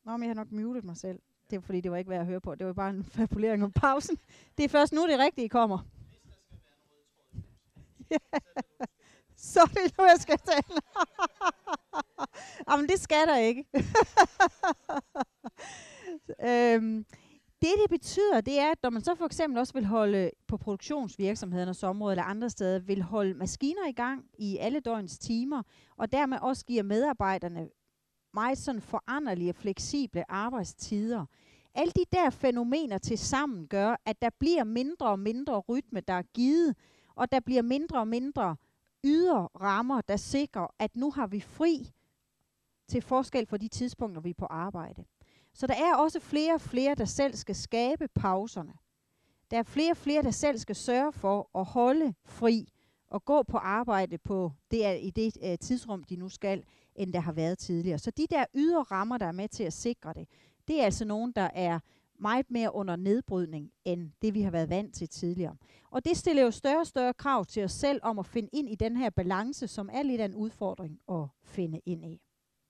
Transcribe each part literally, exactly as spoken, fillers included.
Nå, men jeg har nok muted mig selv. Det er fordi, det var ikke værd at høre på. Det var bare en fabulering om pausen. Det er først nu, det rigtige kommer. Så er det nu, jeg skal tale. Jamen, det skal der ikke. øhm, det, det betyder, det er, at når man så for eksempel også vil holde på produktionsvirksomhedernes område eller andre steder, vil holde maskiner i gang i alle døgnets timer, og dermed også giver medarbejderne meget sådan foranderlige og fleksible arbejdstider. Alle de der fænomener til sammen gør, at der bliver mindre og mindre rytme, der er givet, og der bliver mindre og mindre ydre rammer, der sikrer, at nu har vi fri til forskel for de tidspunkter, vi er på arbejde. Så der er også flere og flere, der selv skal skabe pauserne. Der er flere og flere, der selv skal sørge for at holde fri og gå på arbejde på det er i det uh, tidsrum, de nu skal, end der har været tidligere. Så de der ydre rammer, der er med til at sikre det, det er altså nogen, der er meget mere under nedbrydning, end det vi har været vant til tidligere. Og det stiller jo større og større krav til os selv om at finde ind i den her balance, som er lidt af en udfordring at finde ind i.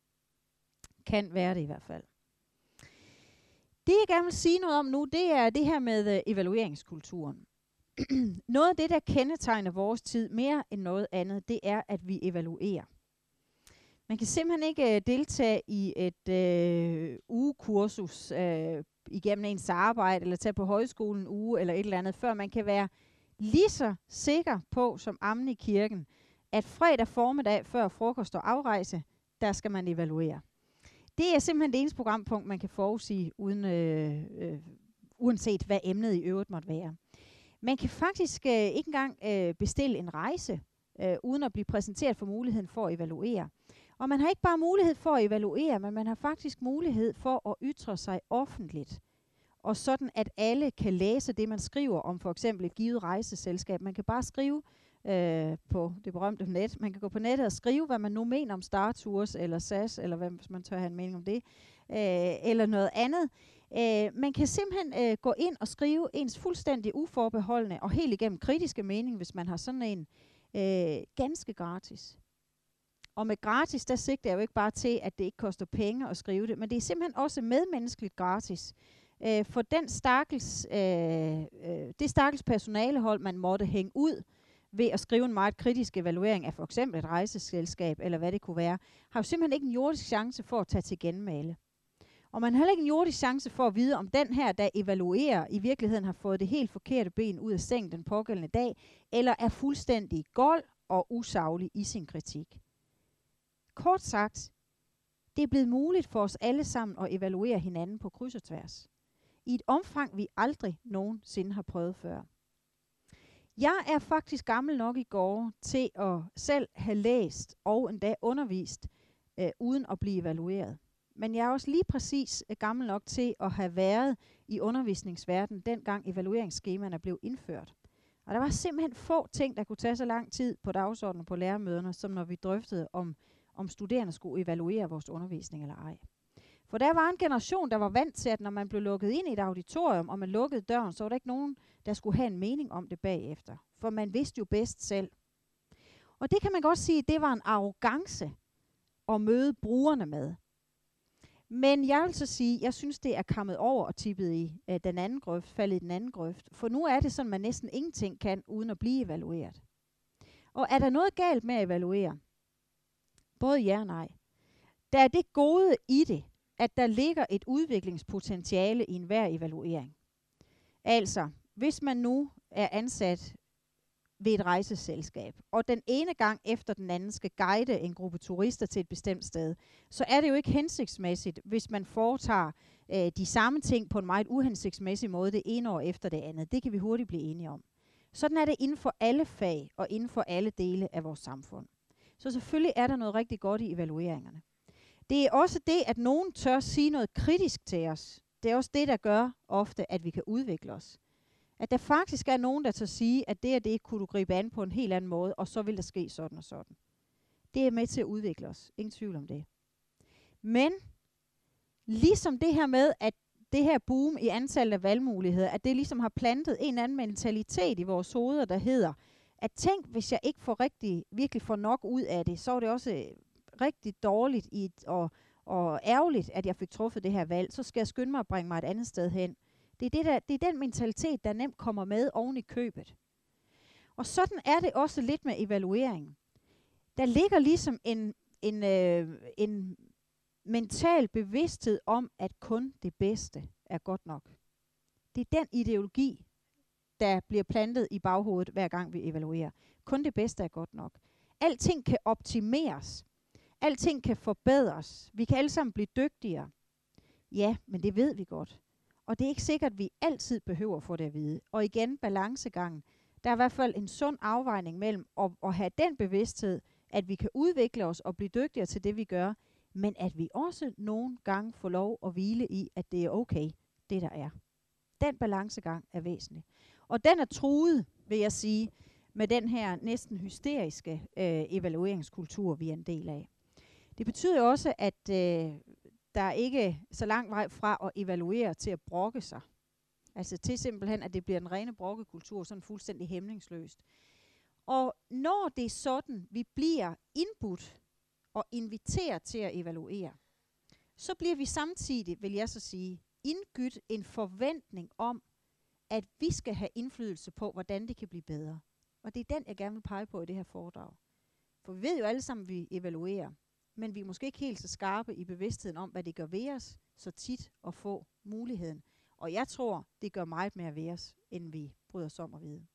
Kan være det i hvert fald. Det jeg gerne vil sige noget om nu, det er det her med uh, evalueringskulturen. Noget af det, der kendetegner vores tid mere end noget andet, det er, at vi evaluerer. Man kan simpelthen ikke uh, deltage i et uh, ugekursus uh, igennem ens arbejde, eller tage på højskolen en uge, eller et eller andet, før man kan være lige så sikker på, som ammen i kirken, at fredag formiddag før frokost og afrejse, der skal man evaluere. Det er simpelthen det eneste programpunkt, man kan forudsige, uden, øh, øh, uanset hvad emnet i øvrigt måtte være. Man kan faktisk øh, ikke engang øh, bestille en rejse, øh, uden at blive præsenteret for muligheden for at evaluere. Og man har ikke bare mulighed for at evaluere, men man har faktisk mulighed for at ytre sig offentligt. Og sådan, at alle kan læse det, man skriver om for eksempel et givet rejseselskab. Man kan bare skrive øh, på det berømte net. Man kan gå på nettet og skrive, hvad man nu mener om Star Tours eller S A S, eller hvad, hvis man tør have en mening om det, øh, eller noget andet. Øh, man kan simpelthen øh, gå ind og skrive ens fuldstændig uforbeholdende og helt igennem kritiske mening, hvis man har sådan en, øh, ganske gratis. Og med gratis, der sigter jeg jo ikke bare til, at det ikke koster penge at skrive det, men det er simpelthen også medmenneskeligt gratis. Øh, for den stakkels, øh, øh, det stakkels personalehold, man måtte hænge ud ved at skrive en meget kritisk evaluering af for eksempel et rejseselskab, eller hvad det kunne være, har jo simpelthen ikke en jordisk chance for at tage til genmæle. Og man har heller ikke en jordisk chance for at vide, om den her, der evaluerer, i virkeligheden har fået det helt forkerte ben ud af sengen den pågældende dag, eller er fuldstændig gold og usaglig i sin kritik. Kort sagt, det er blevet muligt for os alle sammen at evaluere hinanden på kryds og tværs. I et omfang, vi aldrig nogensinde har prøvet før. Jeg er faktisk gammel nok i går til at selv have læst og endda undervist, øh, uden at blive evalueret. Men jeg er også lige præcis øh, gammel nok til at have været i undervisningsverdenen, dengang evalueringsskemaerne blev indført. Og der var simpelthen få ting, der kunne tage så lang tid på dagsordenen på lærermøderne, som når vi drøftede, om, om studerende skulle evaluere vores undervisning eller ej. For der var en generation, der var vant til, at når man blev lukket ind i et auditorium, og man lukkede døren, så var der ikke nogen, der skulle have en mening om det bagefter. For man vidste jo bedst selv. Og det kan man godt sige, det var en arrogance at møde brugerne med. Men jeg vil så sige, jeg synes, det er kommet over og tippet i uh, den anden grøft, faldet i den anden grøft. For nu er det sådan, man næsten ingenting kan, uden at blive evalueret. Og er der noget galt med at evaluere? Både ja og nej. Der er det gode i det, at der ligger et udviklingspotentiale i enhver evaluering. Altså, hvis man nu er ansat ved et rejseselskab, og den ene gang efter den anden skal guide en gruppe turister til et bestemt sted, så er det jo ikke hensigtsmæssigt, hvis man foretager øh, de samme ting på en meget uhensigtsmæssig måde det ene år efter det andet. Det kan vi hurtigt blive enige om. Sådan er det inden for alle fag og inden for alle dele af vores samfund. Så selvfølgelig er der noget rigtig godt i evalueringerne. Det er også det, at nogen tør sige noget kritisk til os. Det er også det, der gør ofte, at vi kan udvikle os. At der faktisk er nogen, der tør sige, at det og det kunne du gribe an på en helt anden måde, og så vil der ske sådan og sådan. Det er med til at udvikle os. Ingen tvivl om det. Men ligesom det her med, at det her boom i antallet af valgmuligheder, at det ligesom har plantet en anden mentalitet i vores hoveder, der hedder, at tænk, hvis jeg ikke får rigtig, virkelig får nok ud af det, så er det også rigtig dårligt i et, at, og ærgerligt, at jeg fik truffet det her valg, så skal jeg skynde mig at bringe mig et andet sted hen. Det er, det der, det er den mentalitet, der nemt kommer med oven i købet. Og sådan er det også lidt med evaluering. Der ligger ligesom en, en, øh, en mental bevidsthed om, at kun det bedste er godt nok. Det er den ideologi, der bliver plantet i baghovedet, hver gang vi evaluerer. Kun det bedste er godt nok. Alting kan optimeres. Alting kan forbedres. Vi kan alle sammen blive dygtigere. Ja, men det ved vi godt. Og det er ikke sikkert, at vi altid behøver at få det at vide. Og igen, balancegangen. Der er i hvert fald en sund afvejning mellem at, at have den bevidsthed, at vi kan udvikle os og blive dygtigere til det, vi gør, men at vi også nogle gange får lov at hvile i, at det er okay, det der er. Den balancegang er væsentlig. Og den er truet, vil jeg sige, med den her næsten hysteriske øh, evalueringskultur, vi er en del af. Det betyder jo også, at øh, der er ikke så lang vej fra at evaluere til at brokke sig. Altså til simpelthen, at det bliver en rene brokkekultur, sådan fuldstændig hæmningsløst. Og når det er sådan, vi bliver indbudt og inviteret til at evaluere, så bliver vi samtidig, vil jeg så sige, indgydt en forventning om, at vi skal have indflydelse på, hvordan det kan blive bedre. Og det er den, jeg gerne vil pege på i det her foredrag. For vi ved jo alle sammen, at vi evaluerer, men vi er måske ikke helt så skarpe i bevidstheden om, hvad det gør ved os, så tit at få muligheden. Og jeg tror, det gør meget mere ved os, end vi bryder os om at vide.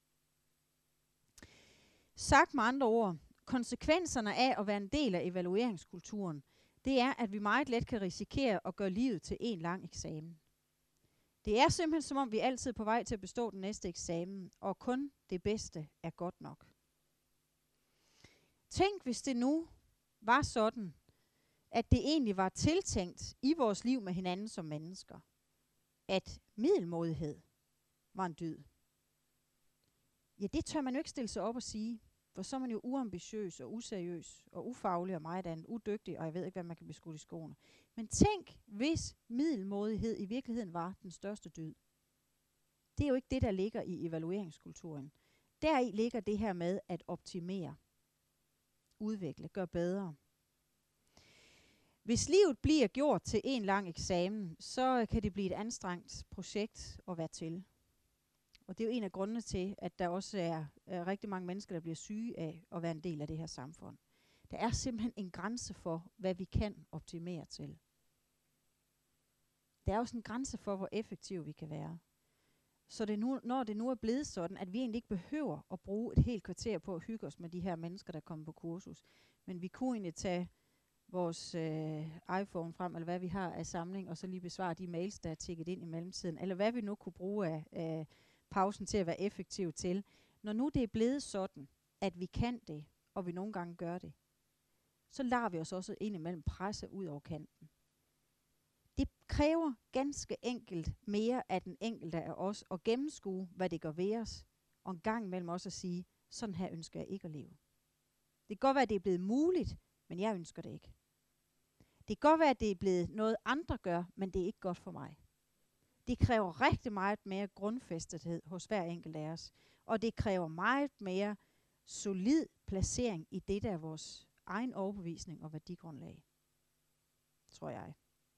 Sagt med andre ord, konsekvenserne af at være en del af evalueringskulturen, det er, at vi meget let kan risikere at gøre livet til en lang eksamen. Det er simpelthen som om, vi altid er på vej til at bestå den næste eksamen, og kun det bedste er godt nok. Tænk, hvis det nu var sådan, at det egentlig var tiltænkt i vores liv med hinanden som mennesker, at middelmådighed var en dyd. Ja, det tør man jo ikke stille sig op og sige, for så er man jo uambitiøs og useriøs og ufaglig og meget andet, udygtig, og jeg ved ikke, hvad man kan blive skudt i skoene. Men tænk, hvis middelmådighed i virkeligheden var den største dyd. Det er jo ikke det, der ligger i evalueringskulturen. Deri ligger det her med at optimere, udvikle, gøre bedre. Hvis livet bliver gjort til en lang eksamen, så kan det blive et anstrengt projekt at være til. Og det er jo en af grundene til, at der også er, er rigtig mange mennesker, der bliver syge af at være en del af det her samfund. Der er simpelthen en grænse for, hvad vi kan optimere til. Der er også en grænse for, hvor effektive vi kan være. Så det nu, når det nu er blevet sådan, at vi egentlig ikke behøver at bruge et helt kvarter på at hygge os med de her mennesker, der kommer på kursus, men vi kunne egentlig tage vores øh, iPhone frem, eller hvad vi har af samling, og så lige besvare de mails, der er tikket ind i mellemtiden, eller hvad vi nu kunne bruge af øh, pausen til at være effektiv til. Når nu det er blevet sådan, at vi kan det, og vi nogle gange gør det, så lader vi os også indimellem presse ud over kanten. Det kræver ganske enkelt mere af den enkelte af os at gennemskue, hvad det gør ved os, og en gang imellem også at sige, sådan her ønsker jeg ikke at leve. Det kan godt være, at det er blevet muligt, men jeg ønsker det ikke. Det kan godt være, at det er blevet noget andre gør, men det er ikke godt for mig. Det kræver rigtig meget mere grundfæstethed hos hver enkelt af os, og det kræver meget mere solid placering i det, der er vores egen overbevisning og værdigrundlag, tror jeg.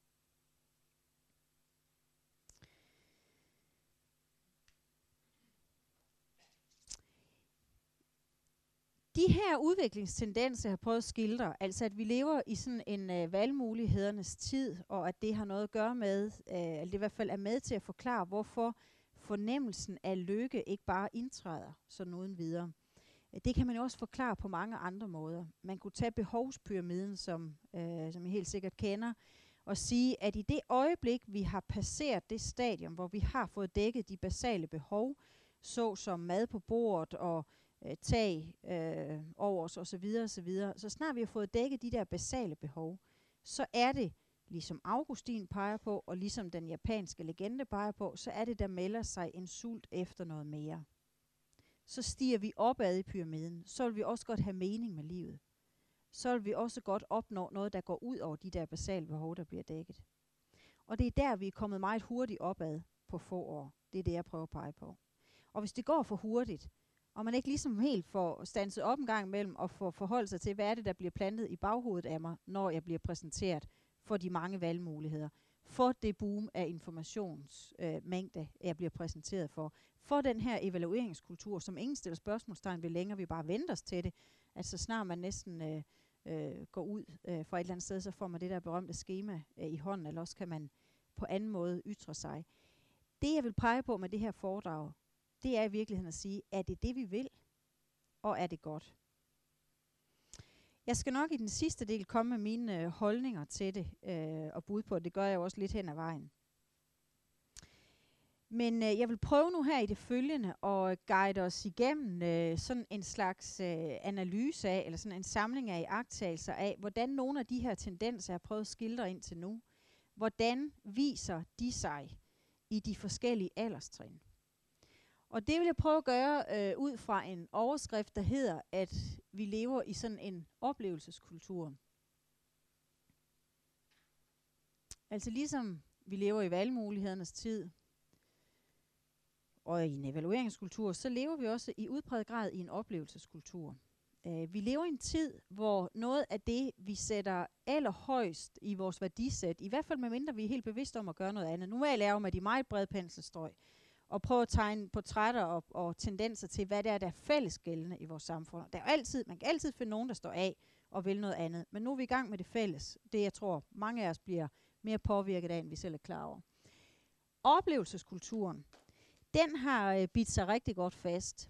De her udviklingstendenser, jeg har prøvet at skildre, altså at vi lever i sådan en øh, valgmulighedernes tid, og at det har noget at gøre med, øh, eller det i hvert fald er med til at forklare, hvorfor fornemmelsen af lykke ikke bare indtræder sådan uden videre. Det kan man jo også forklare på mange andre måder. Man kunne tage behovspyramiden, som, øh, som I helt sikkert kender, og sige, at i det øjeblik, vi har passeret det stadium, hvor vi har fået dækket de basale behov, såsom mad på bordet og øh, tag øh, over os osv., osv., så snart vi har fået dækket de der basale behov, så er det, ligesom Augustin peger på, og ligesom den japanske legende peger på, så er det, der melder sig en sult efter noget mere. Så stiger vi opad i pyramiden, så vil vi også godt have mening med livet. Så vil vi også godt opnå noget, der går ud over de der basale behov, der bliver dækket. Og det er der, vi er kommet meget hurtigt opad på få år. Det er det, jeg prøver at pege på. Og hvis det går for hurtigt, og man ikke ligesom helt får standset op en gang imellem, og får forholdt sig til, hvad er det, der bliver plantet i baghovedet af mig, når jeg bliver præsenteret for de mange valgmuligheder, for det boom af informationsmængde, øh, jeg bliver præsenteret for, for den her evalueringskultur, som ingen stiller spørgsmålstegn ved længere, vi bare venter os til det. Altså snart man næsten øh, øh, går ud øh, fra et eller andet sted, så får man det der berømte skema øh, i hånden, eller også kan man på anden måde ytre sig. Det jeg vil pege på med det her foredrag, det er i virkeligheden at sige, er det det vi vil, og er det godt? Jeg skal nok i den sidste del komme med mine øh, holdninger til det, øh, og bud på det. Det gør jeg jo også lidt hen ad vejen. Men øh, jeg vil prøve nu her i det følgende at guide os igennem øh, sådan en slags øh, analyse af, eller sådan en samling af iagttagelser af, hvordan nogle af de her tendenser, jeg har prøvet at skildre indtil nu, hvordan viser de sig i de forskellige alderstrin. Og det vil jeg prøve at gøre øh, ud fra en overskrift, der hedder, at vi lever i sådan en oplevelseskultur. Altså ligesom vi lever i valgmulighedernes tid, og i en evalueringskultur, så lever vi også i udpræget grad i en oplevelseskultur. Uh, vi lever i en tid, hvor noget af det, vi sætter allerhøjst i vores værdisæt, i hvert fald medmindre vi er helt bevidste om at gøre noget andet. Nu vil jeg lave med de meget brede penselstrøg, og prøve at tegne portrætter og, og tendenser til, hvad det er, der er fællesgældende i vores samfund. Der er altid, man kan altid finde nogen, der står af og vil noget andet. Men nu er vi i gang med det fælles. Det, jeg tror, mange af os bliver mere påvirket af, end vi selv er klar over. Oplevelseskulturen, den har øh, bidt sig rigtig godt fast.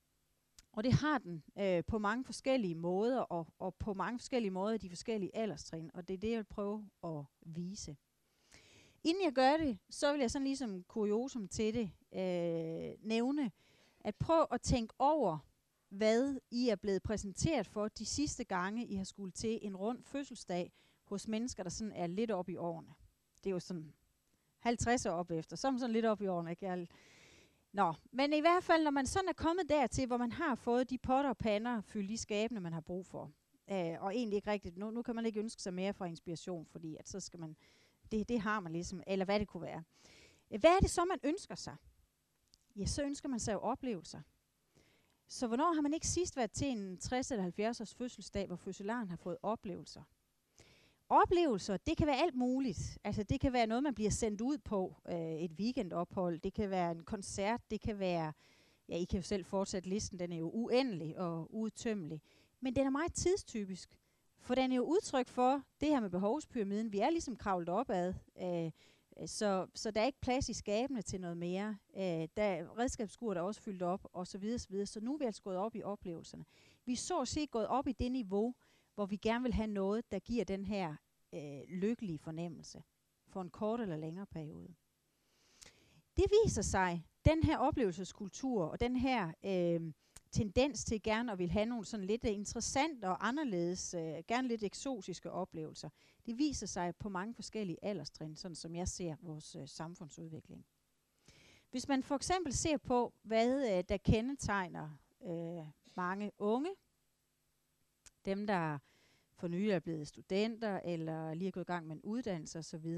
Og det har den øh, på mange forskellige måder, og, og på mange forskellige måder i de forskellige alderstrin. Og det er det, jeg vil prøve at vise. Inden jeg gør det, så vil jeg sådan ligesom kuriosum til det øh, nævne, at prøv at tænke over, hvad I er blevet præsenteret for de sidste gange, I har skulle til en rund fødselsdag hos mennesker, der sådan er lidt op i årene. Det er jo sådan halvtreds år op efter, så er man sådan lidt op i årene, ikke? Jeg Nå, men i hvert fald, når man sådan er kommet dertil, hvor man har fået de potter og pander fyldt i skabene, man har brug for, øh, og egentlig ikke rigtigt, nu, nu kan man ikke ønske sig mere fra inspiration, fordi at så skal man, det, det har man ligesom, eller hvad det kunne være. Hvad er det så, man ønsker sig? Ja, så ønsker man sig jo oplevelser. Så hvornår har man ikke sidst været til en tres eller halvfjerds års fødselsdag, hvor fødselaren har fået oplevelser? Oplevelser, det kan være alt muligt. Altså det kan være noget, man bliver sendt ud på, øh, et weekendophold, det kan være en koncert, det kan være, ja, I kan jo selv fortsætte listen, den er jo uendelig og udtømmelig. Men den er meget tidstypisk, for den er jo udtryk for det her med behovspyramiden. Vi er ligesom kravlet opad, øh, så, så der er ikke plads i skabene til noget mere. Øh, der redskabsskuret er også fyldt op, og så videre, så videre. Så nu er vi altså gået op i oplevelserne. Vi er så at sige gået op i det niveau, hvor vi gerne vil have noget, der giver den her øh, lykkelige fornemmelse for en kort eller længere periode. Det viser sig, den her oplevelseskultur og den her øh, tendens til gerne at vil have nogle sådan lidt interessante og anderledes, øh, gerne lidt eksotiske oplevelser, det viser sig på mange forskellige alderstrin, sådan som jeg ser vores øh, samfundsudvikling. Hvis man for eksempel ser på, hvad øh, der kendetegner øh, mange unge, dem, der for nylig er blevet studenter, eller lige er gået i gang med en uddannelse osv.,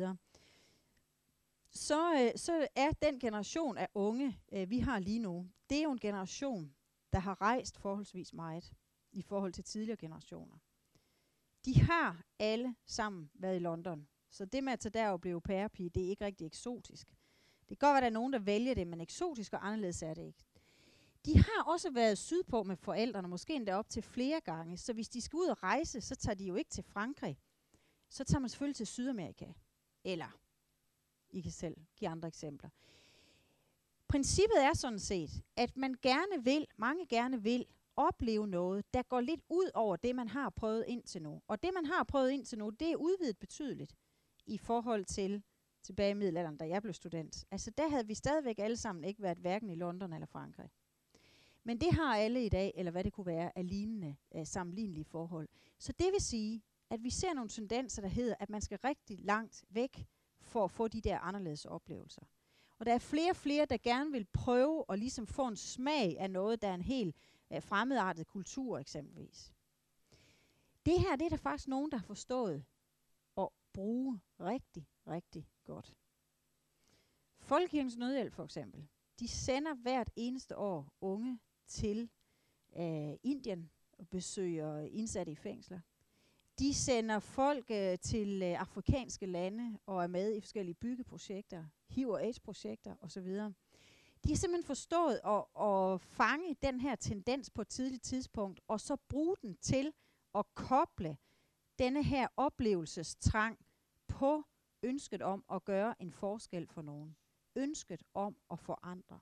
så, øh, så er den generation af unge, øh, vi har lige nu, det er jo en generation, der har rejst forholdsvis meget i forhold til tidligere generationer. De har alle sammen været i London, så det med at tage der og blive au pair-pige, det er ikke rigtig eksotisk. Det kan godt være, at der er nogen, der vælger det, men eksotisk og anderledes er det ikke. De har også været sydpå med forældrene, måske endda op til flere gange. Så hvis de skal ud og rejse, så tager de jo ikke til Frankrig. Så tager man selvfølgelig til Sydamerika. Eller, I kan selv give andre eksempler. Princippet er sådan set, at man gerne vil, mange gerne vil, opleve noget, der går lidt ud over det, man har prøvet indtil nu. Og det, man har prøvet indtil nu, det er udvidet betydeligt i forhold til tilbage i middelalderen, da jeg blev student. Altså der havde vi stadigvæk alle sammen ikke været hverken i London eller Frankrig. Men det har alle i dag, eller hvad det kunne være, af lignende øh, sammenlignelige forhold. Så det vil sige, at vi ser nogle tendenser, der hedder, at man skal rigtig langt væk for at få de der anderledes oplevelser. Og der er flere og flere, der gerne vil prøve at ligesom få en smag af noget, der er en helt øh, fremmedartet kultur eksempelvis. Det her, det er der faktisk nogen, der har forstået at bruge rigtig, rigtig godt. Folkekirkens Nødhjælp for eksempel, de sender hvert eneste år unge til øh, Indien og besøger indsatte i fængsler. De sender folk øh, til øh, afrikanske lande og er med i forskellige byggeprojekter, H I V og AIDS-projekter osv. De har simpelthen forstået at, at fange den her tendens på et tidligt tidspunkt, og så bruge den til at koble denne her oplevelsestrang på ønsket om at gøre en forskel for nogen. Ønsket om at forandre.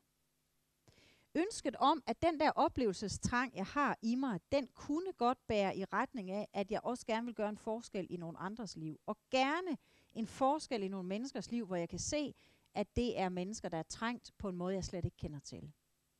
Ønsket om, at den der oplevelsestrang, jeg har i mig, den kunne godt bære i retning af, at jeg også gerne vil gøre en forskel i nogle andres liv. Og gerne en forskel i nogle menneskers liv, hvor jeg kan se, at det er mennesker, der er trængt på en måde, jeg slet ikke kender til.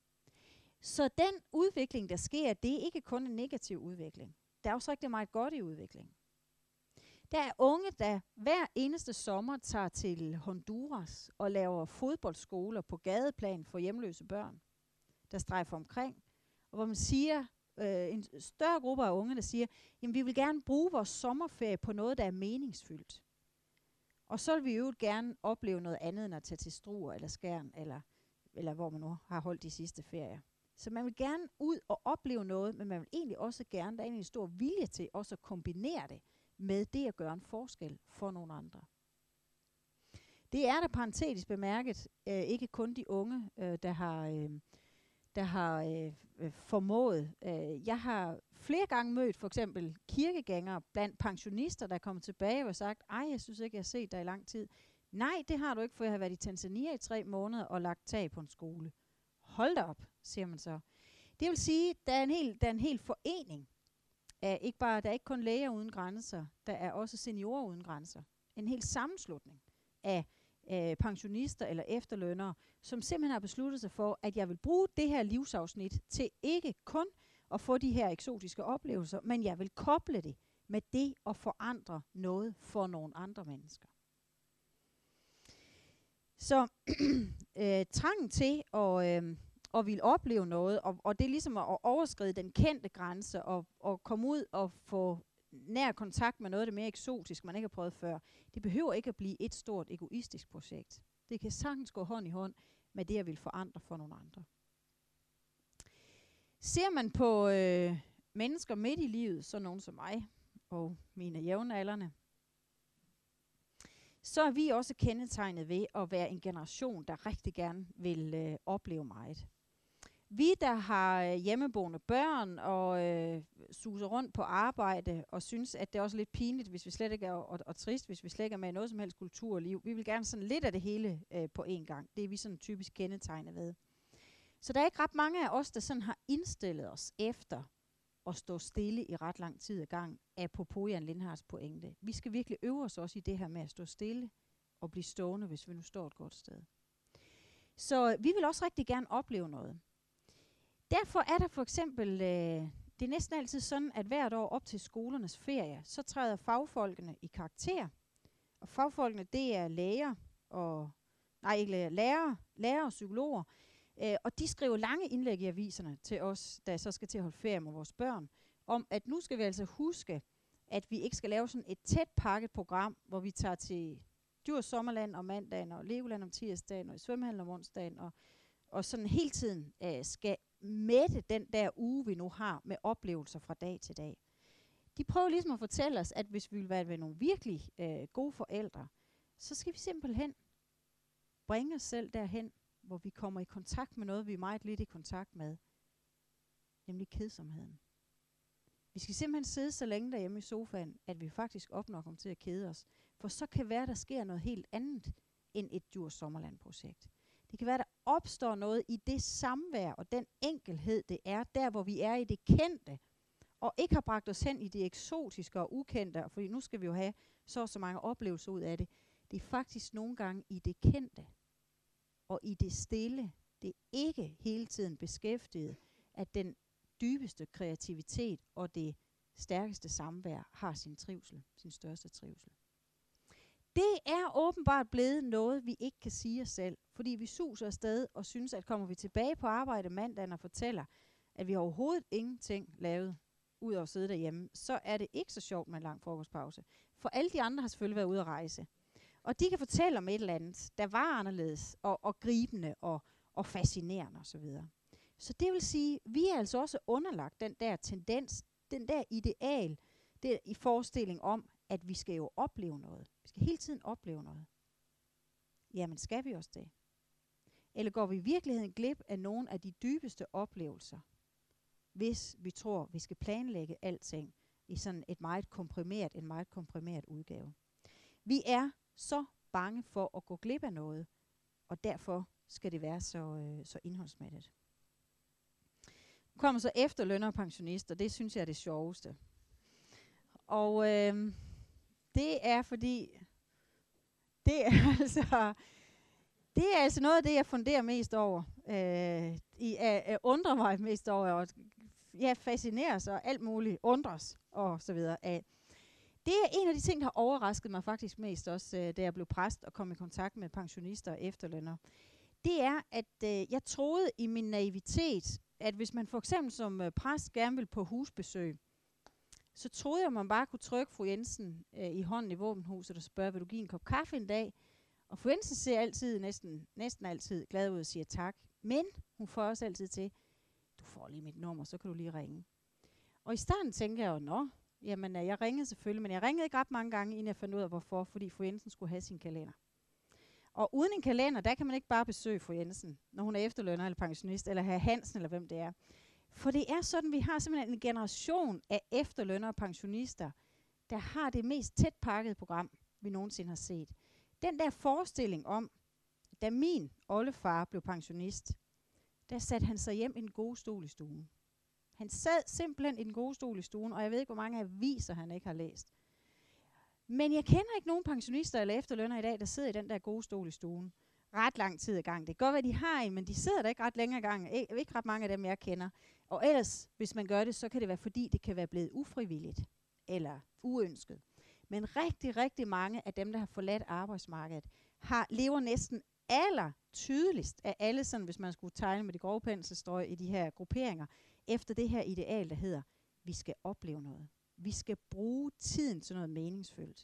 Så den udvikling, der sker, det er ikke kun en negativ udvikling. Der er også rigtig meget godt i udviklingen. Der er unge, der hver eneste sommer tager til Honduras og laver fodboldskoler på gadeplan for hjemløse børn, der strejfer omkring. Og hvor man siger, øh, en større gruppe af unge, der siger, jamen vi vil gerne bruge vores sommerferie på noget, der er meningsfyldt. Og så vil vi jo gerne opleve noget andet, end at tage til Struer eller Skjern, eller, eller hvor man nu har holdt de sidste ferier. Så man vil gerne ud og opleve noget, men man vil egentlig også gerne, der er egentlig en stor vilje til også at kombinere det med det at gøre en forskel for nogle andre. Det er der parentetisk bemærket, øh, ikke kun de unge, øh, der har, øh, der har øh, øh, formået. Øh, jeg har flere gange mødt for eksempel kirkegængere blandt pensionister, der er kommet tilbage og har sagt, ej, jeg synes ikke, jeg har set dig i lang tid. Nej, det har du ikke, for jeg har været i Tanzania i tre måneder og lagt tag på en skole. Hold da op, siger man så. Det vil sige, der er en hel, der er en hel forening. Af ikke bare, der er ikke kun læger uden grænser, der er også seniorer uden grænser. En hel sammenslutning af øh, pensionister eller efterlønnere, som simpelthen har besluttet sig for, at jeg vil bruge det her livsafsnit til ikke kun at få de her eksotiske oplevelser, men jeg vil koble det med det at forandre noget for nogle andre mennesker. Så øh, trangen til at, øh, at ville opleve noget, og, og det er ligesom at overskride den kendte grænse, og, og komme ud og få nær kontakt med noget af det mere eksotisk, man ikke har prøvet før. Det behøver ikke at blive et stort egoistisk projekt. Det kan sagtens gå hånd i hånd med det, jeg vil forandre for nogle andre. Ser man på øh, mennesker midt i livet, så nogen som mig og mine jævnaldrende, så er vi også kendetegnet ved at være en generation, der rigtig gerne vil øh, opleve meget. Vi, der har øh, hjemmeboende børn og øh, suser rundt på arbejde og synes, at det er også lidt pinligt, hvis vi slet ikke er, og, og trist, hvis vi slet ikke er med i noget som helst kulturliv. Vi vil gerne sådan lidt af det hele øh, på én gang. Det er vi sådan typisk kendetegnet ved. Så der er ikke ret mange af os, der sådan har indstillet os efter at stå stille i ret lang tid ad gang, apropos Jan Lindhards pointe. Vi skal virkelig øve os også i det her med at stå stille og blive stående, hvis vi nu står et godt sted. Så vi vil også rigtig gerne opleve noget. Derfor er der for eksempel, øh, det er næsten altid sådan, at hvert år op til skolernes ferie, så træder fagfolkene i karakter. Og fagfolkene, det er læger og, nej ikke læger, lærere, lærere og psykologer. Øh, og de skriver lange indlæg i aviserne til os, der så skal til at holde ferie med vores børn, om at nu skal vi altså huske, at vi ikke skal lave sådan et tæt pakket program, hvor vi tager til Djurs Sommerland om mandagen, og Legoland om tirsdagen, og i svømmehallen om onsdagen, og, og sådan hele tiden øh, skal mætte den der uge, vi nu har, med oplevelser fra dag til dag. De prøver ligesom at fortælle os, at hvis vi vil være nogle virkelig øh, gode forældre, så skal vi simpelthen bringe os selv derhen, hvor vi kommer i kontakt med noget, vi er meget lidt i kontakt med, nemlig kedsomheden. Vi skal simpelthen sidde så længe derhjemme i sofaen, at vi faktisk opnår komme til at kede os. For så kan være, der sker noget helt andet end et Djurs Sommerland-projekt. Det kan være, der opstår noget i det samvær og den enkelhed, det er, der hvor vi er i det kendte, og ikke har bragt os hen i det eksotiske og ukendte, fordi nu skal vi jo have så og så mange oplevelser ud af det. Det er faktisk nogle gange i det kendte og i det stille, det er ikke hele tiden beskæftiget, at den dybeste kreativitet og det stærkeste samvær har sin trivsel, sin største trivsel. Det er åbenbart blevet noget, vi ikke kan sige os selv, fordi vi suser afsted og synes, at kommer vi tilbage på arbejde mandagen og fortæller, at vi overhovedet ingenting lavet ud over at sidde derhjemme, så er det ikke så sjovt med en lang frokostpause. For alle de andre har selvfølgelig været ude at rejse. Og de kan fortælle om et eller andet, der var anderledes og, og gribende og, og fascinerende osv. Så det vil sige, at vi er altså også underlagt den der tendens, den der ideal, Det er i forestilling om, at vi skal jo opleve noget. Vi skal hele tiden opleve noget. Jamen, skal vi også det? Eller går vi i virkeligheden glip af nogle af de dybeste oplevelser, hvis vi tror, vi skal planlægge alting i sådan et meget komprimeret, en meget komprimeret udgave? Vi er så bange for at gå glip af noget, og derfor skal det være så, øh, så indholdsmættet. Nu kommer så efterlønner og pensionister. Det synes jeg er det sjoveste. Og øh, det er fordi, det er altså, det er altså noget af det, jeg funderer mest over. Øh, I uh, uh, undrer mig mest over, og jeg fascineres og alt muligt undres og så videre af. Det er en af de ting, der har overrasket mig faktisk mest også, øh, da jeg blev præst og kom i kontakt med pensionister og efterlønner. Det er, at øh, jeg troede i min naivitet, at hvis man for eksempel som øh, præst gerne vil på husbesøg, så troede jeg, at man bare kunne trykke fru Jensen øh, i hånden i våbenhuset og spørge, vil du give en kop kaffe en dag? Og fru Jensen ser altid, næsten, næsten altid glad ud og siger tak. Men hun får også altid til, du får lige mit nummer, så kan du lige ringe. Og i starten tænker jeg jo, nå, jamen jeg ringede selvfølgelig, men jeg ringede ikke ret mange gange, inden jeg fandt ud af hvorfor, fordi fru Jensen skulle have sin kalender. Og uden en kalender, der kan man ikke bare besøge fru Jensen, når hun er efterlønner eller pensionist, eller herr Hansen, eller hvem det er. For det er sådan, vi har simpelthen en generation af efterlønner og pensionister, der har det mest tæt pakkede program, vi nogensinde har set. Den der forestilling om, da min oldefar blev pensionist, der satte han sig hjem i den gode stol i stuen. Han sad simpelthen i den gode stol i stuen, og jeg ved ikke, hvor mange aviser han ikke har læst. Men jeg kender ikke nogen pensionister eller efterlønner i dag, der sidder i den der gode stol i stuen. Ret lang tid i gang. Det kan godt være, de har en, men de sidder der ikke ret længe i gang. Ik- ikke ret mange af dem, jeg kender. Og ellers, hvis man gør det, så kan det være, fordi det kan være blevet ufrivilligt eller uønsket. Men rigtig, rigtig mange af dem, der har forladt arbejdsmarkedet, har, lever næsten aller tydeligst af alle, sådan, hvis man skulle tegne med de grove penselstrøg i de her grupperinger, efter det her ideal, der hedder, vi skal opleve noget. Vi skal bruge tiden til noget meningsfyldt.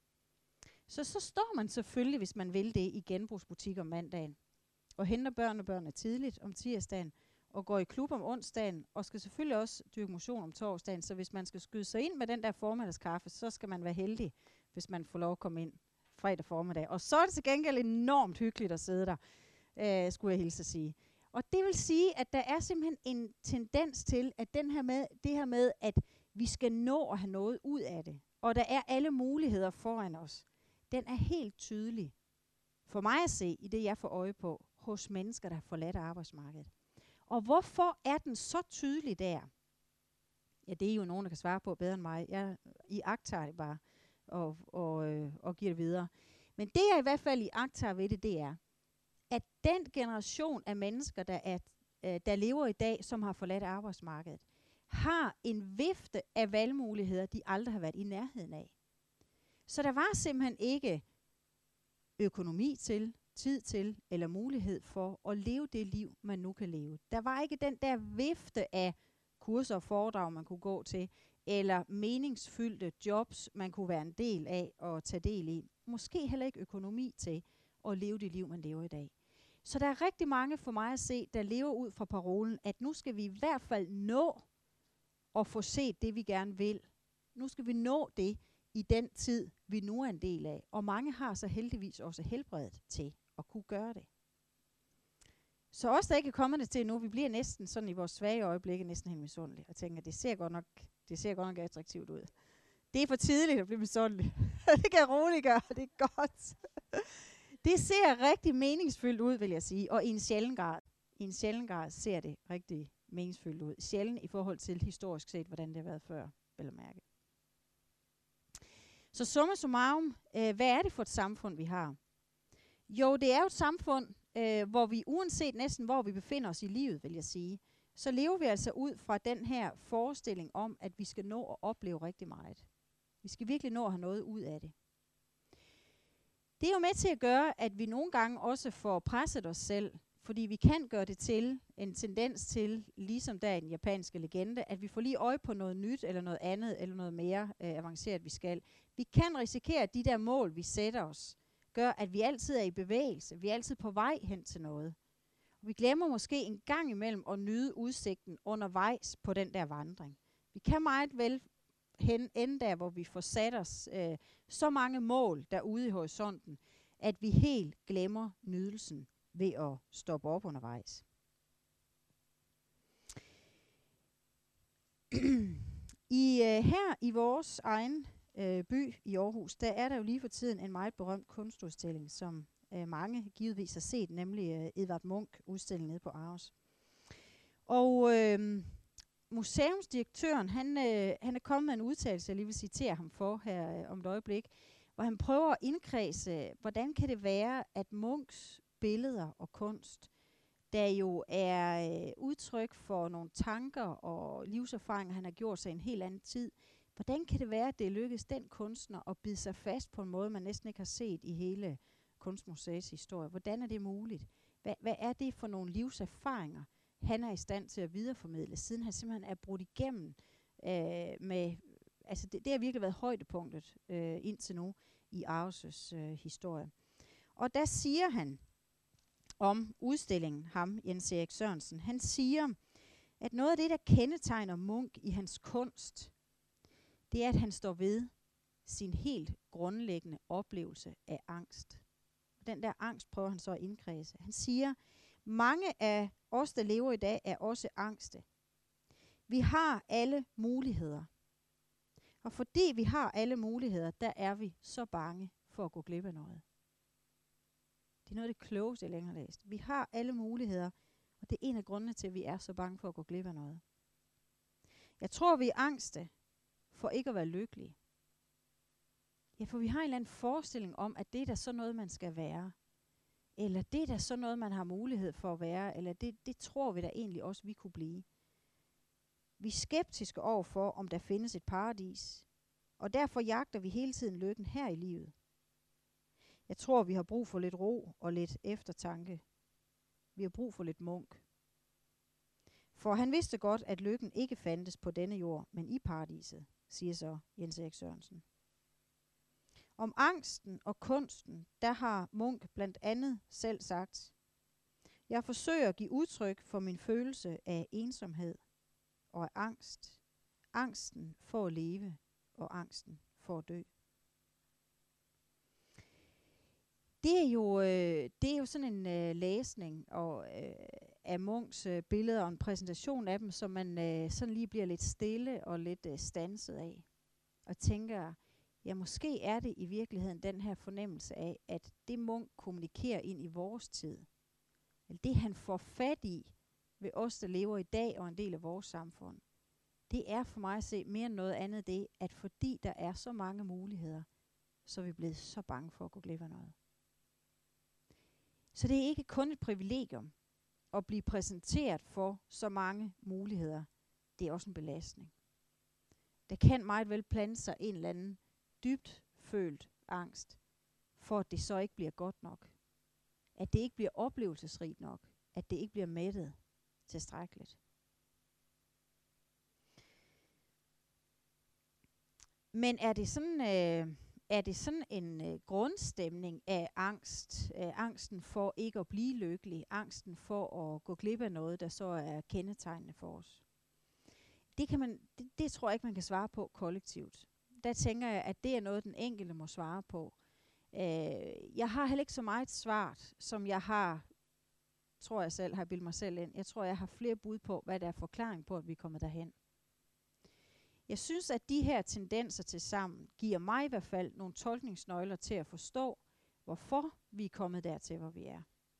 Så så står man selvfølgelig, hvis man vil det, i genbrugsbutik om mandagen, og henter børn og børnene tidligt om tirsdagen, og går i klub om onsdagen, og skal selvfølgelig også dyrke motion om torsdagen, så hvis man skal skyde sig ind med den der formiddagskaffe, så skal man være heldig, hvis man får lov at komme ind fredag formiddag. Og så er det til gengæld enormt hyggeligt at sidde der, øh, skulle jeg hilse at sige. Og det vil sige, at der er simpelthen en tendens til, at den her med, det her med, at vi skal nå at have noget ud af det, og der er alle muligheder foran os, den er helt tydelig for mig at se, i det jeg får øje på, hos mennesker, der har forladt arbejdsmarkedet. Og hvorfor er den så tydelig der? Ja, det er jo nogen, der kan svare på bedre end mig. Jeg iagttager det bare og, og, øh, og giver det videre. Men det jeg i hvert fald iagttager ved det, det er, at den generation af mennesker, der, er, øh, der lever i dag, som har forladt arbejdsmarkedet, har en vifte af valgmuligheder, de aldrig har været i nærheden af. Så der var simpelthen ikke økonomi til, tid til eller mulighed for at leve det liv, man nu kan leve. Der var ikke den der vifte af kurser og foredrag, man kunne gå til, eller meningsfyldte jobs, man kunne være en del af og tage del i. Måske heller ikke økonomi til at leve det liv, man lever i dag. Så der er rigtig mange for mig at se, der lever ud fra parolen, at nu skal vi i hvert fald nå at få set det, vi gerne vil. Nu skal vi nå det i den tid, vi nu er en del af. Og mange har så heldigvis også helbredet til at kunne gøre det. Så os, der ikke er kommet det til nu, vi bliver næsten sådan i vores svage øjeblikke næsten helt misundelige. Og tænker, det ser godt nok, det ser godt nok attraktivt ud. Det er for tidligt at blive misundelig. Det kan jeg roligt gøre, det er godt. Det ser rigtig meningsfyldt ud, vil jeg sige. Og i en sjælden grad, i en sjælden grad ser det rigtig meningsfyldt ud. Sjælden i forhold til historisk set, hvordan det har været før, vil jeg mærke. Så summa summarum, øh, hvad er det for et samfund, vi har? Jo, det er jo et samfund, øh, hvor vi uanset næsten, hvor vi befinder os i livet, vil jeg sige, så lever vi altså ud fra den her forestilling om, at vi skal nå at opleve rigtig meget. Vi skal virkelig nå at have noget ud af det. Det er jo med til at gøre, at vi nogle gange også får presset os selv, fordi vi kan gøre det til en tendens til, ligesom der i den japanske legende, at vi får lige øje på noget nyt, eller noget andet, eller noget mere øh, avanceret, vi skal. Vi kan risikere, at de der mål, vi sætter os, gør, at vi altid er i bevægelse. Vi er altid på vej hen til noget. Og vi glemmer måske en gang imellem at nyde udsigten undervejs på den der vandring. Vi kan meget vel hen, ende der, hvor vi får sat os øh, så mange mål derude i horisonten, at vi helt glemmer nydelsen ved at stoppe op undervejs. I øh, her i vores egen øh, by i Aarhus, der er der jo lige for tiden en meget berømt kunstudstilling, som øh, mange givetvis har set, nemlig øh, Edvard Munch-udstillingen nede på Aarhus. Og øh, museumsdirektøren, han, øh, han er kommet med en udtalelse, jeg lige vil citere ham for her øh, om et øjeblik, hvor han prøver at indkredse, hvordan kan det være, at Munchs billeder og kunst, der jo er øh, udtryk for nogle tanker og livserfaringer, han har gjort sig i en helt anden tid. Hvordan kan det være, at det lykkedes den kunstner at bide sig fast på en måde, man næsten ikke har set i hele Kunstmuseets historie? Hvordan er det muligt? Hvad, hvad er det for nogle livserfaringer, han er i stand til at videreformidle, siden han simpelthen er brudt igennem øh, med... Altså det, det har virkelig været højdepunktet øh, indtil nu i Aarhus' øh, historie. Og der siger han om udstillingen, ham, Jens Erik Sørensen, han siger, at noget af det, der kendetegner Munch i hans kunst, det er, at han står ved sin helt grundlæggende oplevelse af angst. Den der angst prøver han så at indkredse. Han siger, mange af os, der lever i dag, er også angste. Vi har alle muligheder. Og fordi vi har alle muligheder, der er vi så bange for at gå glip af noget. Det er noget af det klogeste, jeg længere har læst. Vi har alle muligheder, og det er en af grundene til, at vi er så bange for at gå glip af noget. Jeg tror, vi er angste for ikke at være lykkelige. Ja, for vi har en eller anden forestilling om, at det er da sådan noget, man skal være. Eller det er da sådan noget, man har mulighed for at være. Eller det, det tror vi da egentlig også, vi kunne blive. Vi er skeptiske overfor, om der findes et paradis. Og derfor jagter vi hele tiden lykken her i livet. Jeg tror, vi har brug for lidt ro og lidt eftertanke. Vi har brug for lidt Munch. For han vidste godt, at lykken ikke fandtes på denne jord, men i paradiset, siger så Jens Erik Sørensen. Om angsten og kunsten, der har Munch blandt andet selv sagt, jeg forsøger at give udtryk for min følelse af ensomhed og af angst. Angsten for at leve og angsten for at dø. Det er jo, øh, det er jo sådan en øh, læsning og, øh, af Munchs øh, billeder og en præsentation af dem, som man øh, sådan lige bliver lidt stille og lidt øh, standset af. Og tænker, ja, måske er det i virkeligheden den her fornemmelse af, at det Munch kommunikerer ind i vores tid, eller det han får fat i ved os, der lever i dag og en del af vores samfund, det er for mig at se mere end noget andet det, at fordi der er så mange muligheder, så er vi blevet så bange for at gå glip af noget. Så det er ikke kun et privilegium at blive præsenteret for så mange muligheder. Det er også en belastning. Der kan meget vel plante sig en eller anden dybt følt angst, for at det så ikke bliver godt nok. At det ikke bliver oplevelsesrigt nok. At det ikke bliver mættet tilstrækkeligt. Men er det sådan... Øh, Er det sådan en øh, grundstemning af angst, øh, angsten for ikke at blive lykkelig, angsten for at gå glip af noget, der så er kendetegnende for os? Det, kan man, det, det tror jeg ikke, man kan svare på kollektivt. Der tænker jeg, at det er noget, den enkelte må svare på. Øh, jeg har heller ikke så meget svart, som jeg har, tror jeg selv, har bildet mig selv ind. Jeg tror, jeg har flere bud på, hvad der er forklaring på, at vi er kommet derhen. Jeg synes, at de her tendenser til sammen giver mig i hvert fald nogle tolkningsnøgler til at forstå, hvorfor vi er kommet dertil, hvor vi er.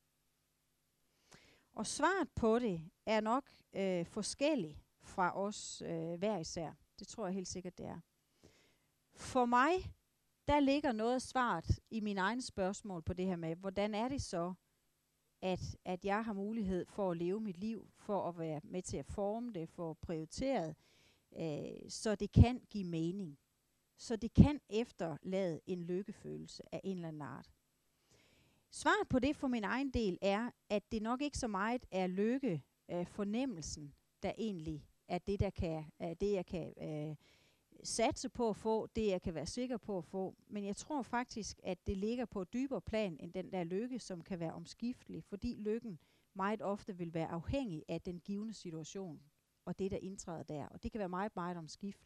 Og svaret på det er nok øh, forskelligt fra os øh, hver især. Det tror jeg helt sikkert, det er. For mig, der ligger noget af svaret i mine egne spørgsmål på det her med, hvordan er det så, at, at jeg har mulighed for at leve mit liv, for at være med til at forme det, for at prioritere Øh, så det kan give mening. Så det kan efterlade en lykkefølelse af en eller anden art. Svaret på det for min egen del er, at det nok ikke så meget er lykke øh, fornemmelsen, der egentlig er det, der kan, er det jeg kan øh, satse på at få, det jeg kan være sikker på at få. Men jeg tror faktisk, at det ligger på et dybere plan end den der lykke, som kan være omskiftelig, fordi lykken meget ofte vil være afhængig af den givne situation og det, der indtræder der. Og det kan være meget, meget omskifteligt.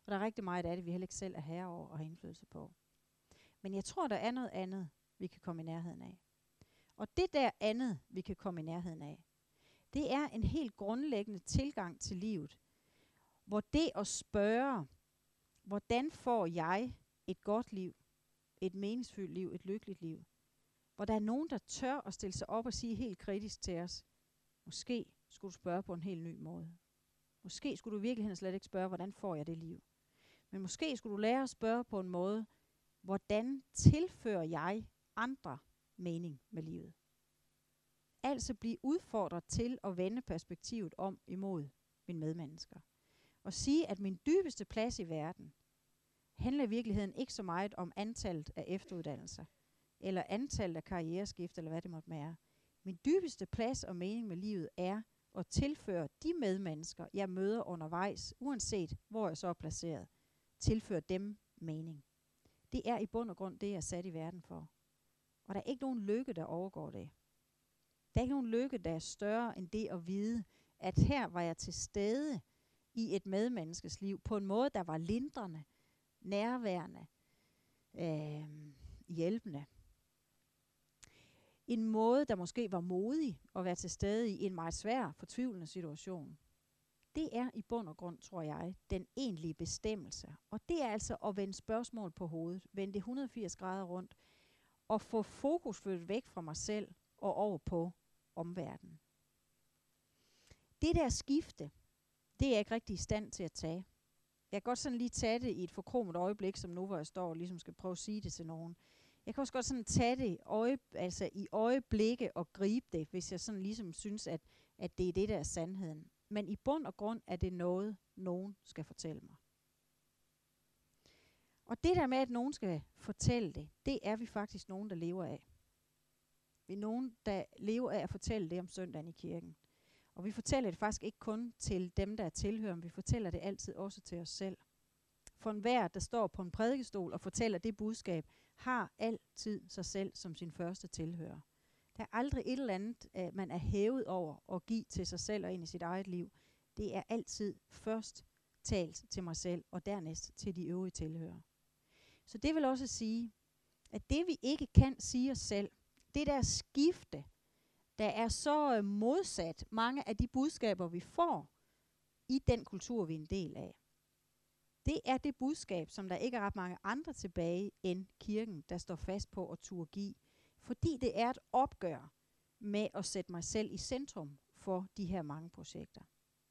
For der er rigtig meget af det, vi heller ikke selv er herre over og har indflydelse på. Men jeg tror, der er noget andet, vi kan komme i nærheden af. Og det der andet, vi kan komme i nærheden af, det er en helt grundlæggende tilgang til livet, hvor det at spørge, hvordan får jeg et godt liv, et meningsfyldt liv, et lykkeligt liv, hvor der er nogen, der tør at stille sig op og sige helt kritisk til os, måske skulle du spørge på en helt ny måde. Måske skulle du i virkeligheden slet ikke spørge, hvordan får jeg det liv. Men måske skulle du lære at spørge på en måde, hvordan tilfører jeg andre mening med livet. Altså blive udfordret til at vende perspektivet om imod mine medmennesker. Og sige, at min dybeste plads i verden handler i virkeligheden ikke så meget om antallet af efteruddannelser, eller antallet af karriereskift, eller hvad det måtte være. Min dybeste plads og mening med livet er at tilføre de medmennesker, jeg møder undervejs, uanset hvor jeg så er placeret, tilføre dem mening. Det er i bund og grund det, jeg er sat i verden for. Og der er ikke nogen lykke, der overgår det. Der er ikke nogen lykke, der er større end det at vide, at her var jeg til stede i et medmenneskes liv på en måde, der var lindrende, nærværende, øh, hjælpende. En måde, der måske var modig at være til stede i en meget svær, fortvivlende situation. Det er i bund og grund, tror jeg, den egentlige bestemmelse. Og det er altså at vende spørgsmål på hovedet, vende det et hundrede og firs grader rundt, og få fokus flyttet væk fra mig selv og over på omverdenen. Det der skifte, det er jeg ikke rigtig i stand til at tage. Jeg kan godt sådan lige tage det i et forkromet øjeblik, som nu, hvor jeg står og ligesom skal prøve at sige det til nogen. Jeg kan også godt sådan tage det øje, altså i øjeblikke og gribe det, hvis jeg sådan ligesom synes, at, at det er det, der er sandheden. Men i bund og grund er det noget, nogen skal fortælle mig. Og det der med, at nogen skal fortælle det, det er vi faktisk nogen, der lever af. Vi er nogen, der lever af at fortælle det om søndagen i kirken. Og vi fortæller det faktisk ikke kun til dem, der er tilhører, men vi fortæller det altid også til os selv. For enhver, der står på en prædikestol og fortæller det budskab, har altid sig selv som sin første tilhører. Der er aldrig et eller andet, uh, man er hævet over at give til sig selv og ind i sit eget liv. Det er altid først talt til mig selv, og dernæst til de øvrige tilhører. Så det vil også sige, at det vi ikke kan sige os selv, det der skifte, der er så modsat mange af de budskaber, vi får i den kultur, vi er en del af. Det er det budskab, som der ikke er ret mange andre tilbage end kirken, der står fast på at turde give. Fordi det er et opgør med at sætte mig selv i centrum for de her mange projekter.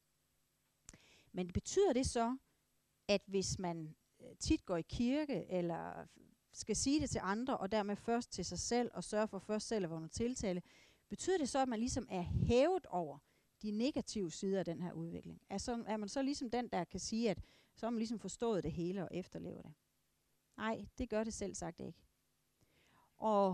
Men betyder det så, at hvis man tit går i kirke, eller skal sige det til andre, og dermed først til sig selv, og sørge for først selv at være under tiltale, betyder det så, at man ligesom er hævet over de negative sider af den her udvikling? Altså, er man så ligesom den, der kan sige, at så har man ligesom forstået det hele og efterlever det? Nej, det gør det selv sagt ikke. Og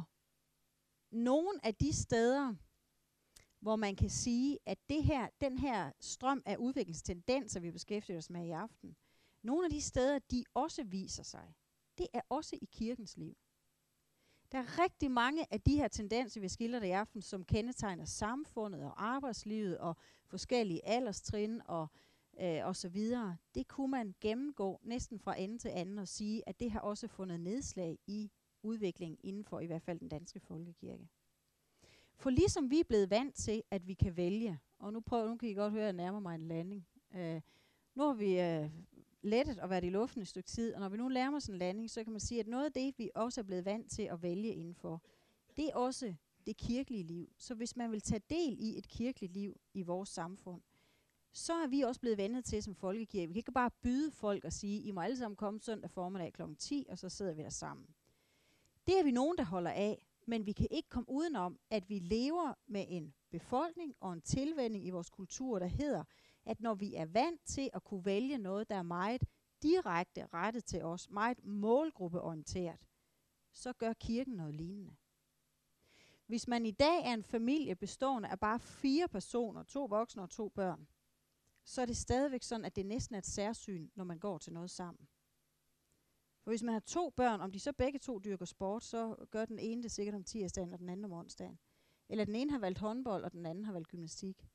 nogle af de steder, hvor man kan sige, at det her, den her strøm af udviklingstendenser, vi beskæftiger os med i aften, nogle af de steder, de også viser sig, det er også i kirkens liv. Der er rigtig mange af de her tendenser, vi skildrer i aften, som kendetegner samfundet og arbejdslivet og forskellige alderstrin og, øh, og så videre. Det kunne man gennemgå næsten fra ende til anden og sige, at det har også fundet nedslag i udviklingen inden for i hvert fald den danske folkekirke. For ligesom vi er blevet vant til, at vi kan vælge, og nu, prøver, nu kan I godt høre, at jeg nærmer mig en landing. Øh, nu har vi øh, lettet at være i luften et stykke tid, og når vi nu nærmer os en landing, så kan man sige, at noget af det, vi også er blevet vant til at vælge indenfor, det er også det kirkelige liv. Så hvis man vil tage del i et kirkeligt liv i vores samfund, så er vi også blevet vendet til som folkekirke. Vi kan ikke bare byde folk og sige, I må alle sammen komme søndag formiddag klokken ti, og så sidder vi der sammen. Det er vi nogen, der holder af, men vi kan ikke komme udenom, at vi lever med en befolkning og en tilvænning i vores kultur, der hedder, at når vi er vant til at kunne vælge noget, der er meget direkte rettet til os, meget målgruppeorienteret, så gør kirken noget lignende. Hvis man i dag er en familie bestående af bare fire personer, to voksne og to børn, så er det stadigvæk sådan, at det næsten er et særsyn, når man går til noget sammen. For hvis man har to børn, om de så begge to dyrker sport, så gør den ene det sikkert om tirsdagen, og den anden om onsdagen. Eller den ene har valgt håndbold, og den anden har valgt gymnastik.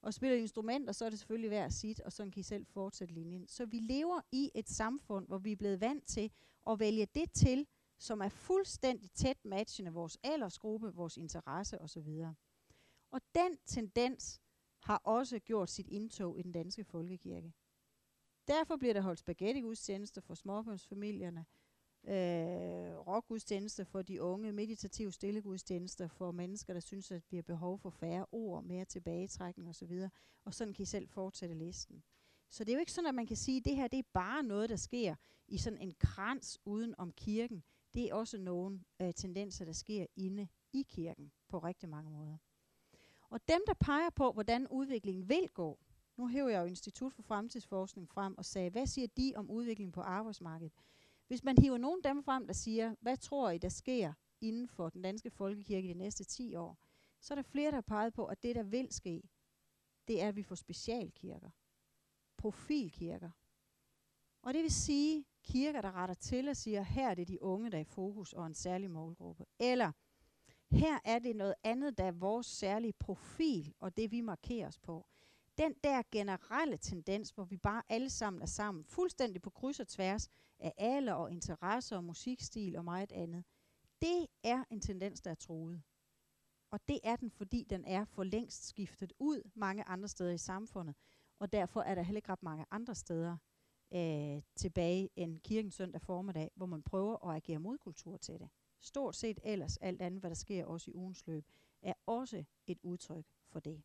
Og spiller instrumenter, så er det selvfølgelig hver sit, og sådan kan I selv fortsætte linjen. Så vi lever i et samfund, hvor vi er blevet vant til at vælge det til, som er fuldstændig tæt matchende vores aldersgruppe, vores interesse osv. Og den tendens har også gjort sit indtog i den danske folkekirke. Derfor bliver der holdt spaghetti-gudstjenester for småbørnsfamilierne, øh, rockgudstjenester for de unge, meditativ stillegudstjenester for mennesker, der synes, at vi har behov for færre ord, mere tilbagetrækning osv. Og sådan kan I selv fortsætte listen. Så det er jo ikke sådan, at man kan sige, at det her det er bare noget, der sker i sådan en krans uden om kirken. Det er også nogle øh, tendenser, der sker inde i kirken på rigtig mange måder. Og dem, der peger på, hvordan udviklingen vil gå, nu hæver jeg jo Institut for Fremtidsforskning frem og sagde, hvad siger de om udviklingen på arbejdsmarkedet? Hvis man hiver nogen dem frem, der siger, hvad tror I, der sker inden for den danske folkekirke de næste ti år, så er der flere, der har peget på, at det, der vil ske, det er, at vi får specialkirker, profilkirker. Og det vil sige kirker, der retter til og siger, her er det de unge, der er i fokus og en særlig målgruppe. Eller her er det noget andet, der er vores særlige profil og det, vi markerer os på. Den der generelle tendens, hvor vi bare alle sammen er sammen, fuldstændig på kryds og tværs af alder og interesser og musikstil og meget andet, det er en tendens, der er truet. Og det er den, fordi den er for længst skiftet ud mange andre steder i samfundet. Og derfor er der heller ikke ret mange andre steder øh, tilbage end kirken søndag formiddag, hvor man prøver at agere modkultur til det. Stort set ellers alt andet, hvad der sker også i ugens løb, er også et udtryk for det.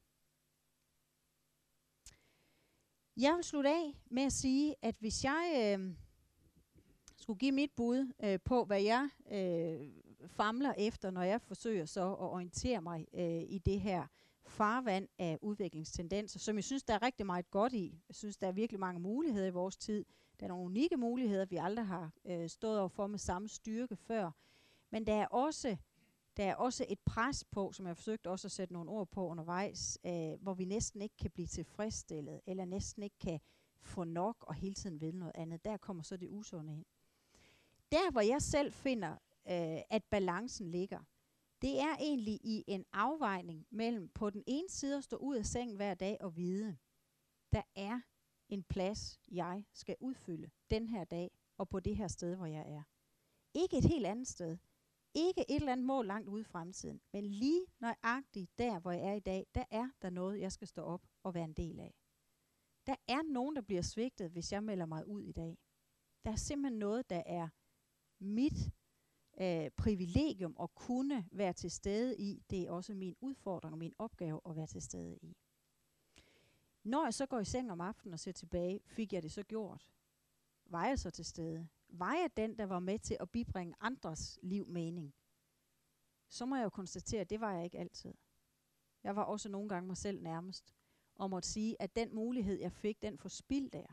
Jeg vil slutte af med at sige, at hvis jeg øh, skulle give mit bud øh, på, hvad jeg øh, famler efter, når jeg forsøger så at orientere mig øh, i det her farvand af udviklingstendenser, som jeg synes, der er rigtig meget godt i. Jeg synes, der er virkelig mange muligheder i vores tid. Der er nogle unikke muligheder, vi aldrig har øh, stået overfor med samme styrke før. Men der er også Der er også et pres på, som jeg har forsøgt også at sætte nogle ord på undervejs, øh, hvor vi næsten ikke kan blive tilfredsstillet, eller næsten ikke kan få nok og hele tiden vil noget andet. Der kommer så det usunde ind. Der, hvor jeg selv finder, øh, at balancen ligger, det er egentlig i en afvejning mellem på den ene side at stå ud af sengen hver dag og vide, der er en plads, jeg skal udfylde den her dag, og på det her sted, hvor jeg er. Ikke et helt andet sted. Ikke et eller andet mål langt ude i fremtiden, men lige nøjagtigt der, hvor jeg er i dag, der er der noget, jeg skal stå op og være en del af. Der er nogen, der bliver svigtet, hvis jeg melder mig ud i dag. Der er simpelthen noget, der er mit øh, privilegium at kunne være til stede i. Det er også min udfordring og min opgave at være til stede i. Når jeg så går i seng om aftenen og ser tilbage, fik jeg det så gjort? Var jeg så til stede? Var jeg den, der var med til at bibringe andres liv mening? Så må jeg jo konstatere, at det var jeg ikke altid. Jeg var også nogle gange mig selv nærmest, og måtte sige, at den mulighed, jeg fik, den forspildte jeg.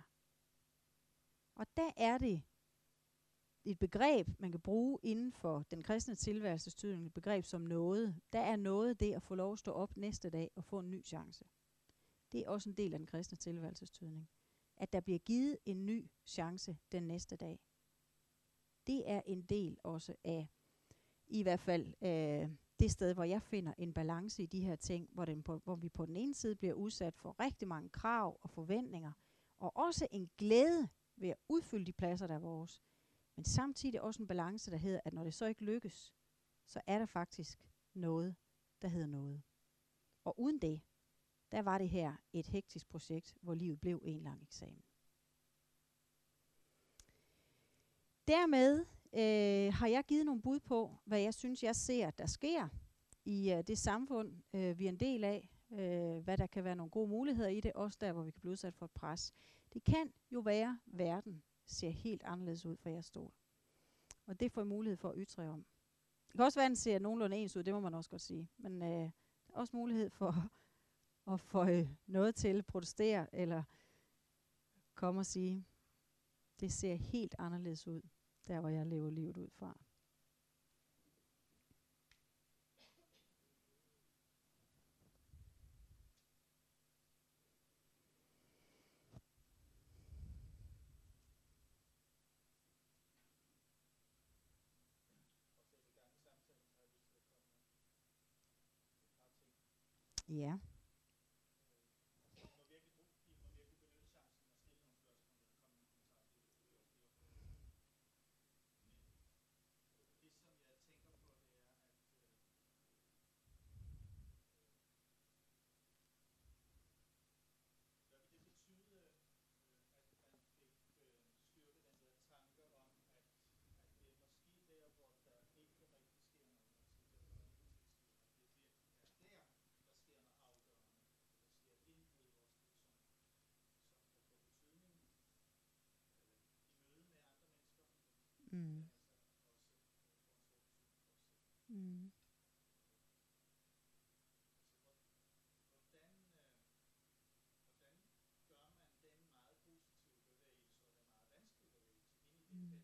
Og der er det et begreb, man kan bruge inden for den kristne tilværelsestydning, et begreb som noget. Der er noget det at få lov at stå op næste dag og få en ny chance. Det er også en del af den kristne tilværelsestydning. At der bliver givet en ny chance den næste dag. Det er en del også af, i hvert fald øh, det sted, hvor jeg finder en balance i de her ting, hvor, den på, hvor vi på den ene side bliver udsat for rigtig mange krav og forventninger, og også en glæde ved at udfylde de pladser, der er vores. Men samtidig også en balance, der hedder, at når det så ikke lykkes, så er der faktisk noget, der hedder noget. Og uden det, der var det her et hektisk projekt, hvor livet blev en lang eksamen. Dermed øh, har jeg givet nogle bud på, hvad jeg synes, jeg ser, der sker i øh, det samfund, øh, vi er en del af. Øh, hvad der kan være nogle gode muligheder i det, også der, hvor vi kan blive udsat for et pres. Det kan jo være, at verden ser helt anderledes ud fra jeres stol. Og det får jeg mulighed for at ytre om. Det kan også være, at den ser nogenlunde ens ud, det må man også godt sige. Men øh, der er også mulighed for at få øh, noget til at protestere, eller komme og sige, det ser helt anderledes ud, der hvor jeg lever livet ud fra. Ja. Mm. Mm. Mm.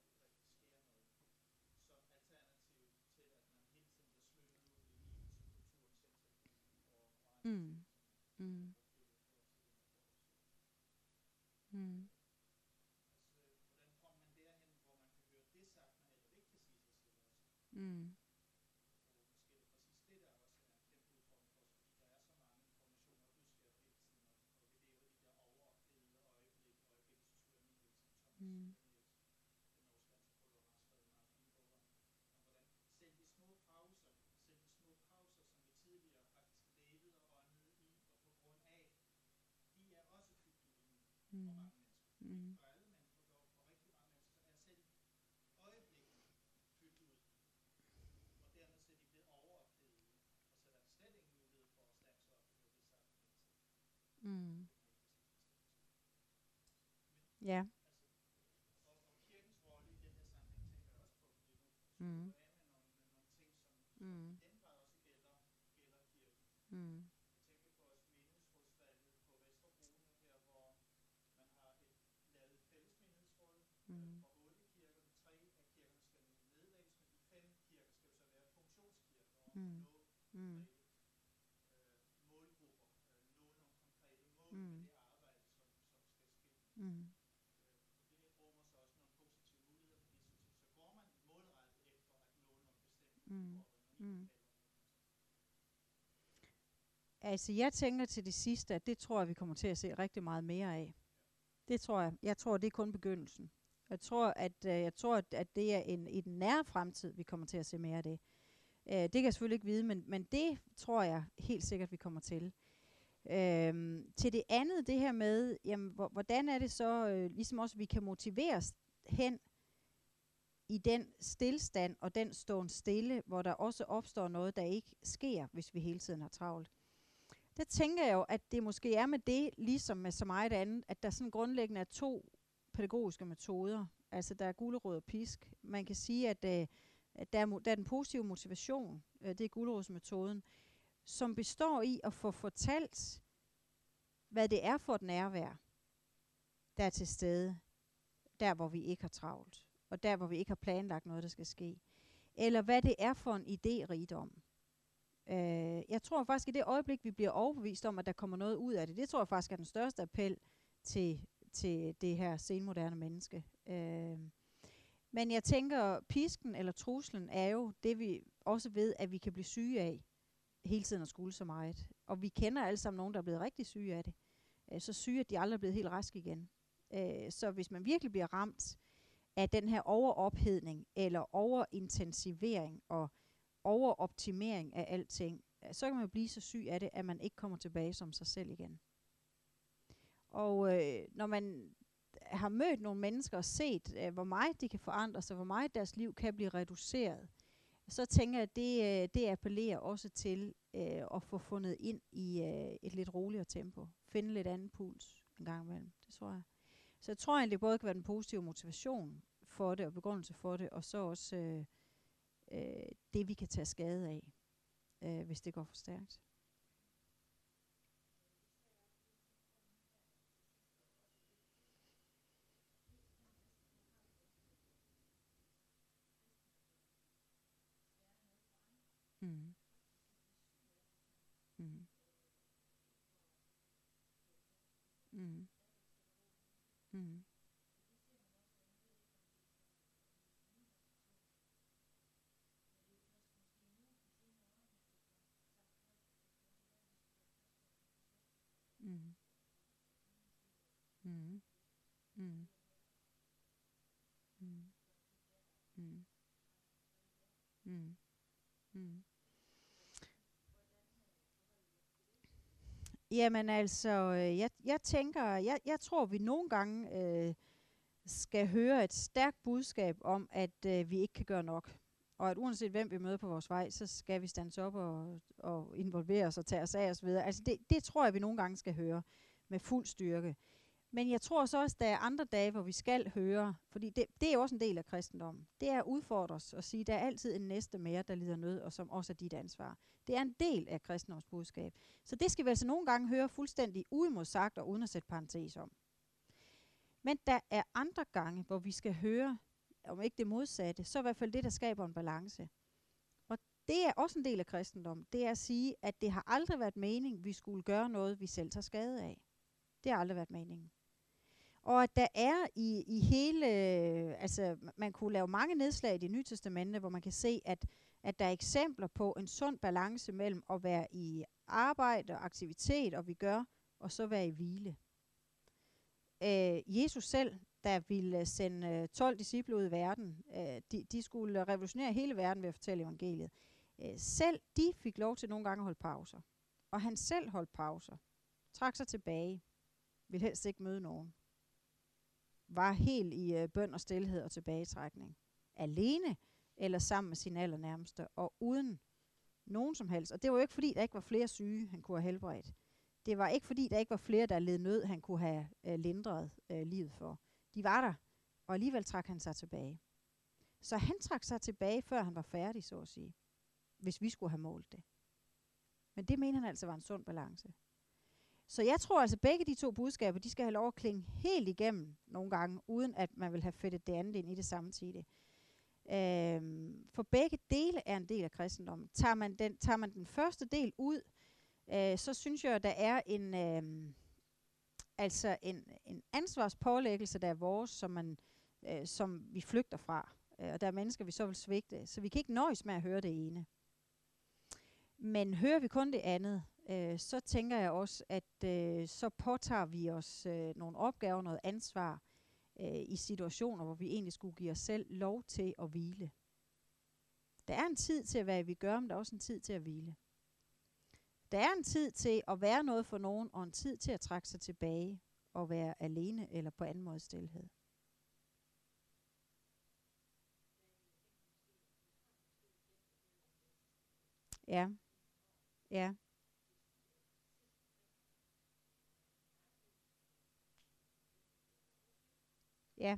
Mm. Mm. Mm. Mm. Mm. Mm. Mm. Mm. Ja. Mm. Mm. Mm. Mm. Mm. Mm. Mm. Mm. Mm. Mm. Altså, jeg tænker til det sidste, at det tror jeg, vi kommer til at se rigtig meget mere af. Det tror jeg. Jeg tror, det er kun begyndelsen. Jeg tror, at øh, jeg tror, at, at det er en, i den nære fremtid, vi kommer til at se mere af det. Øh, det kan jeg selvfølgelig ikke vide, men, men det tror jeg helt sikkert, vi kommer til. Øhm, til det andet, det her med, jamen, hvor, hvordan er det så, øh, ligesom også, vi kan motiveres hen i den stillstand og den ståen stille, hvor der også opstår noget, der ikke sker, hvis vi hele tiden har travlt. Der tænker jeg jo, at det måske er med det, ligesom med så meget andet, at der sådan grundlæggende er to pædagogiske metoder. Altså der er gulerod og pisk. Man kan sige, at, øh, at der, er, der er den positive motivation, øh, det er gulerodsmetoden, som består i at få fortalt, hvad det er for et nærvær, der er til stede, der hvor vi ikke har travlt, og der hvor vi ikke har planlagt noget, der skal ske. Eller hvad det er for en idérigdom. Øh, jeg tror faktisk, i det øjeblik, vi bliver overbevist om, at der kommer noget ud af det, det tror jeg faktisk er den største appel til, til det her senmoderne menneske. Øh, men jeg tænker, pisken eller truslen er jo det, vi også ved, at vi kan blive syge af hele tiden at skulle så meget. Og vi kender alle sammen nogen, der er blevet rigtig syge af det. Øh, så syge, at de aldrig er blevet helt raske igen. Øh, så hvis man virkelig bliver ramt af den her overophedning eller overintensivering og overoptimering af alting, så kan man blive så syg af det, at man ikke kommer tilbage som sig selv igen. Og øh, når man har mødt nogle mennesker og set, øh, hvor meget de kan forandre sig, hvor meget deres liv kan blive reduceret, så tænker jeg, at det, øh, det appellerer også til øh, at få fundet ind i øh, et lidt roligere tempo. Finde lidt anden puls en gang imellem. Det tror jeg. Så jeg tror egentlig, det både kan være den positive motivation for det og begrundelse for det, og så også øh, øh, det, vi kan tage skade af, øh, hvis det går for stærkt. Mm. Mm. Mm. Mm. Mm. Mm. Mm. Mm. Mm. Mm. Mm. Jamen altså, øh, jeg, jeg tænker, jeg, jeg tror, vi nogle gange øh, skal høre et stærkt budskab om, at øh, vi ikke kan gøre nok. Og at uanset hvem vi møder på vores vej, så skal vi stands op og, og involvere os og tage os af os videre. Altså det, det tror jeg, vi nogle gange skal høre med fuld styrke. Men jeg tror så også, der er andre dage, hvor vi skal høre, fordi det, det er også en del af kristendommen. Det er at udfordre os og sige, der er altid en næste mere, der lider nød, og som også er dit ansvar. Det er en del af kristendommens budskab. Så det skal vi altså nogle gange høre fuldstændig uimodsagt og uden at sætte parentes om. Men der er andre gange, hvor vi skal høre, om ikke det modsatte, så i hvert fald det, der skaber en balance. Og det er også en del af kristendommen. Det er at sige, at det har aldrig været meningen, vi skulle gøre noget, vi selv tager skade af. Det har aldrig været meningen. Og at der er i, i hele, altså man kunne lave mange nedslag i Det Nye Testamente, hvor man kan se, at, at der er eksempler på en sund balance mellem at være i arbejde og aktivitet, og vi gør, og så være i hvile. Øh, Jesus selv, der ville sende tolv disciple ud i verden, øh, de, de skulle revolutionere hele verden ved at fortælle evangeliet. Øh, selv de fik lov til nogle gange at holde pauser. Og han selv holdt pauser. Trak sig tilbage. Ville helst ikke møde nogen. Var helt i øh, bøn og stilhed og tilbagetrækning. Alene eller sammen med sine allernærmeste. Og uden nogen som helst. Og det var jo ikke fordi, der ikke var flere syge, han kunne have helbredt. Det var ikke fordi, der ikke var flere, der led nød, han kunne have øh, lindret øh, livet for. De var der, og alligevel trak han sig tilbage. Så han trak sig tilbage, før han var færdig, så at sige. Hvis vi skulle have målt det. Men det mener han altså var en sund balance. Så jeg tror altså, begge de to budskaber, de skal have lov at klinge helt igennem nogle gange, uden at man vil have fedtet det andet ind i det samtidig. Øhm, for begge dele er en del af kristendommen. Tager man den, tager man den første del ud, øh, så synes jeg, der er en, øh, altså en, en ansvarspålæggelse, der er vores, som, man, øh, som vi flygter fra. Øh, og der er mennesker, vi så vil svigte. Så vi kan ikke nøjes med at høre det ene. Men hører vi kun det andet, øh, så tænker jeg også, at øh, så påtager vi os øh, nogle opgaver, noget ansvar øh, i situationer, hvor vi egentlig skulle give os selv lov til at hvile. Der er en tid til at være, vi gør, men der er også en tid til at hvile. Der er en tid til at være noget for nogen, og en tid til at trække sig tilbage og være alene eller på anden måde stilhed. Ja. Ja. Ja.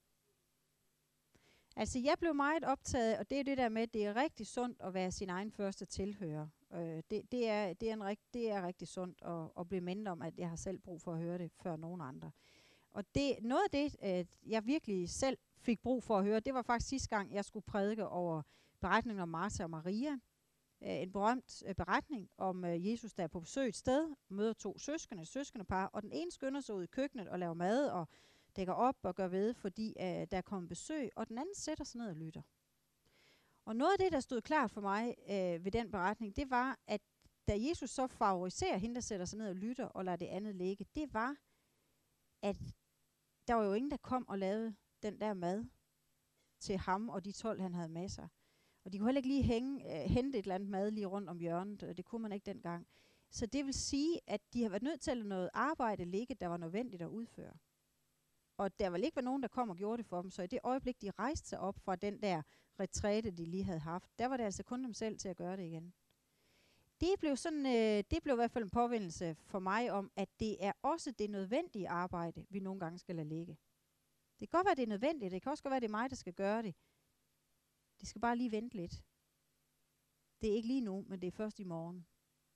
Altså jeg blev meget optaget, og det er det der med, at det er rigtig sundt at være sin egen første tilhører. Øh, det, det, er, det, er en rigt, det er rigtig sundt at, at blive mindet om, at jeg har selv brug for at høre det før nogen andre. Og det, noget af det, øh, jeg virkelig selv fik brug for at høre, det var faktisk sidste gang, jeg skulle prædike over beretningen om Martha og Maria. Øh, en berømt øh, beretning om øh, Jesus, der er på besøg et sted, møder to søskende, søskendepar, og den ene skynder sig ud i køkkenet og laver mad og dækker op og gør ved, fordi øh, der er kommet besøg, og den anden sætter sig ned og lytter. Og noget af det, der stod klart for mig øh, ved den beretning, det var, at da Jesus så favoriserer hende, der sætter sig ned og lytter og lader det andet ligge, det var, at der var jo ingen, der kom og lavede den der mad til ham og de tolv, han havde med sig. Og de kunne heller ikke lige hænge, øh, hente et eller andet mad lige rundt om hjørnet. Det kunne man ikke dengang. Så det vil sige, at de har været nødt til at lade noget arbejde ligge, der var nødvendigt at udføre. Og der ville ikke være nogen, der kom og gjorde det for dem. Så i det øjeblik, de rejste sig op fra den der retræte, de lige havde haft, der var det altså kun dem selv til at gøre det igen. Det blev, sådan, øh, det blev i hvert fald en påvindelse for mig om, at det er også det nødvendige arbejde, vi nogle gange skal lade ligge. Det kan godt være, det er nødvendigt. Det kan også godt være, det er mig, der skal gøre det. Det skal bare lige vente lidt. Det er ikke lige nu, men det er først i morgen.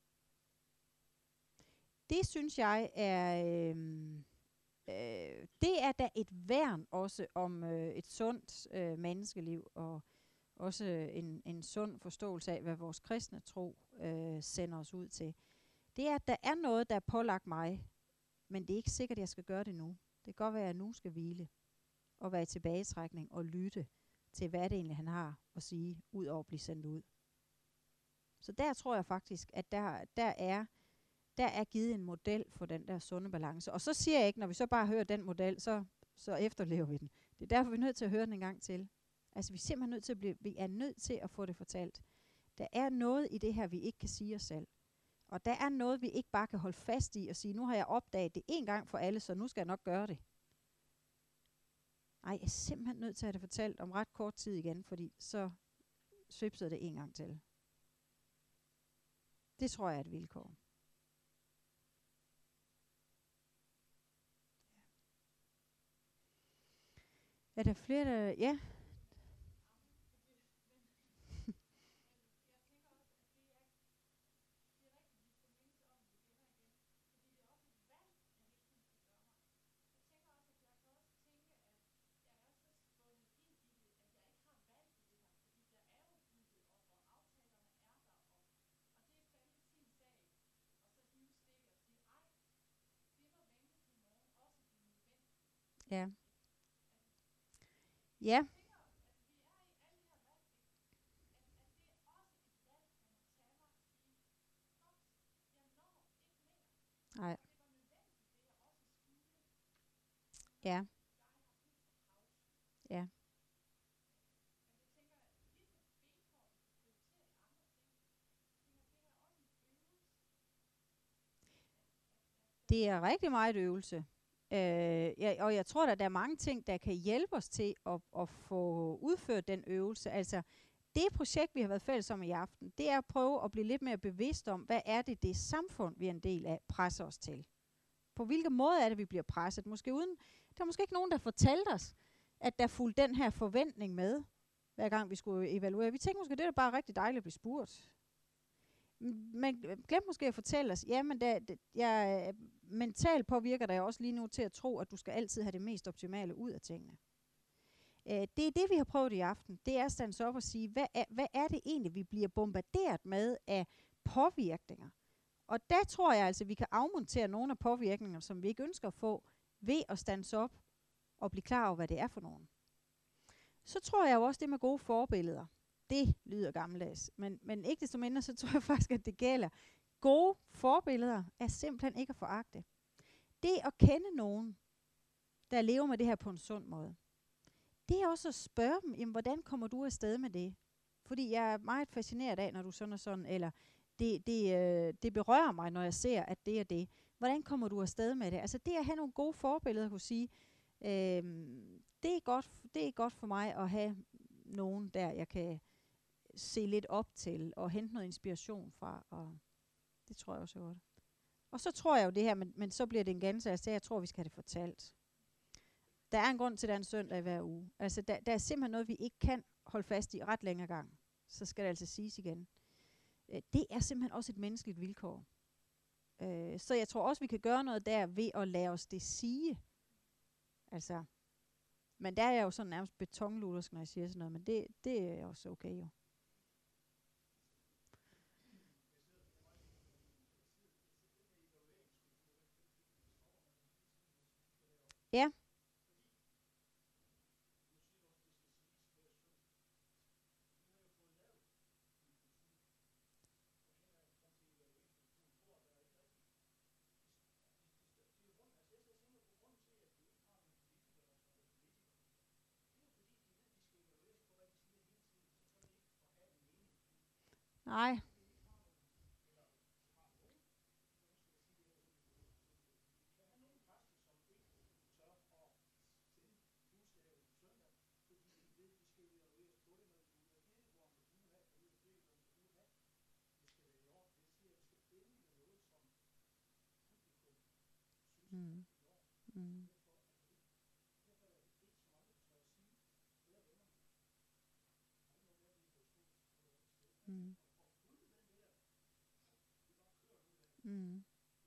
Det synes jeg er... Øh, øh, det er da et værn også om øh, et sundt øh, menneskeliv, og også en, en sund forståelse af, hvad vores kristne tro øh, sender os ud til. Det er, at der er noget, der er pålagt mig, men det er ikke sikkert, at jeg skal gøre det nu. Det kan godt være, at jeg nu skal hvile, og være i tilbagetrækning og lytte til, hvad det egentlig han har at sige, ud over at blive sendt ud. Så der tror jeg faktisk, at der, der, er, der er givet en model for den der sunde balance. Og så siger jeg ikke, når vi så bare hører den model, så, så efterlever vi den. Det er derfor, vi er nødt til at høre den en gang til. Altså vi er simpelthen nødt til at blive, vi er nødt til at få det fortalt. Der er noget i det her, vi ikke kan sige os selv. Og der er noget, vi ikke bare kan holde fast i og sige, nu har jeg opdaget det en gang for alle, så nu skal jeg nok gøre det. Nej, jeg er simpelthen nødt til at have det fortalt om ret kort tid igen, fordi så svipsede det en gang til. Det tror jeg er et vilkår. Er der flere, der... Ja. Ja. Ja. Nej. Ja. Ja. Det er rigtig meget øvelse. Øh, ja, og jeg tror, at der er mange ting, der kan hjælpe os til at, at få udført den øvelse. Altså, det projekt, vi har været fælles om i aften, det er at prøve at blive lidt mere bevidst om, hvad er det, det samfund, vi er en del af, presser os til. På hvilke måde er det, vi bliver presset? Måske uden, der er måske ikke nogen, der fortalte os, at der fulgte den her forventning med, hver gang vi skulle evaluere. Vi tænkte måske, det er bare rigtig dejligt at blive spurgt. Men glem måske at fortælle os, jamen der, det, jeg, mentalt påvirker dig også lige nu til at tro, at du skal altid have det mest optimale ud af tingene. Øh, det er det, vi har prøvet i aften. Det er at stands op og sige, hvad er, hvad er det egentlig, vi bliver bombarderet med af påvirkninger? Og der tror jeg altså, at vi kan afmontere nogle af påvirkningerne, som vi ikke ønsker at få, ved at stands op og blive klar over, hvad det er for nogen. Så tror jeg jo også det med gode forbilleder. Det lyder gammeldags, men, men ikke desto mindre, så tror jeg faktisk, at det gælder. Gode forbilleder er simpelthen ikke at foragte. Det at kende nogen, der lever med det her på en sund måde, det er også at spørge dem, jamen, hvordan kommer du afsted med det? Fordi jeg er meget fascineret af, når du sådan og sådan, eller det, det, øh, det berører mig, når jeg ser, at det er det. Hvordan kommer du afsted med det? Altså det at have nogle gode forbilleder, kunne sige, øh, det, er godt, det er godt for mig at have nogen, der jeg kan se lidt op til, og hente noget inspiration fra, og det tror jeg også er godt. Og så tror jeg jo det her, men, men så bliver det en gentagelse, jeg tror, vi skal have det fortalt. Der er en grund til, at der er en søndag hver uge. Altså, der, der er simpelthen noget, vi ikke kan holde fast i ret længere gang. Så skal det altså siges igen. Øh, det er simpelthen også et menneskeligt vilkår. Øh, så jeg tror også, vi kan gøre noget der ved at lade os det sige. Altså, men der er jeg jo sådan nærmest betonluthersk, når jeg siger sådan noget, men det, det er også okay jo. Ja. Nej. Mm. Mm. Mm. Mm.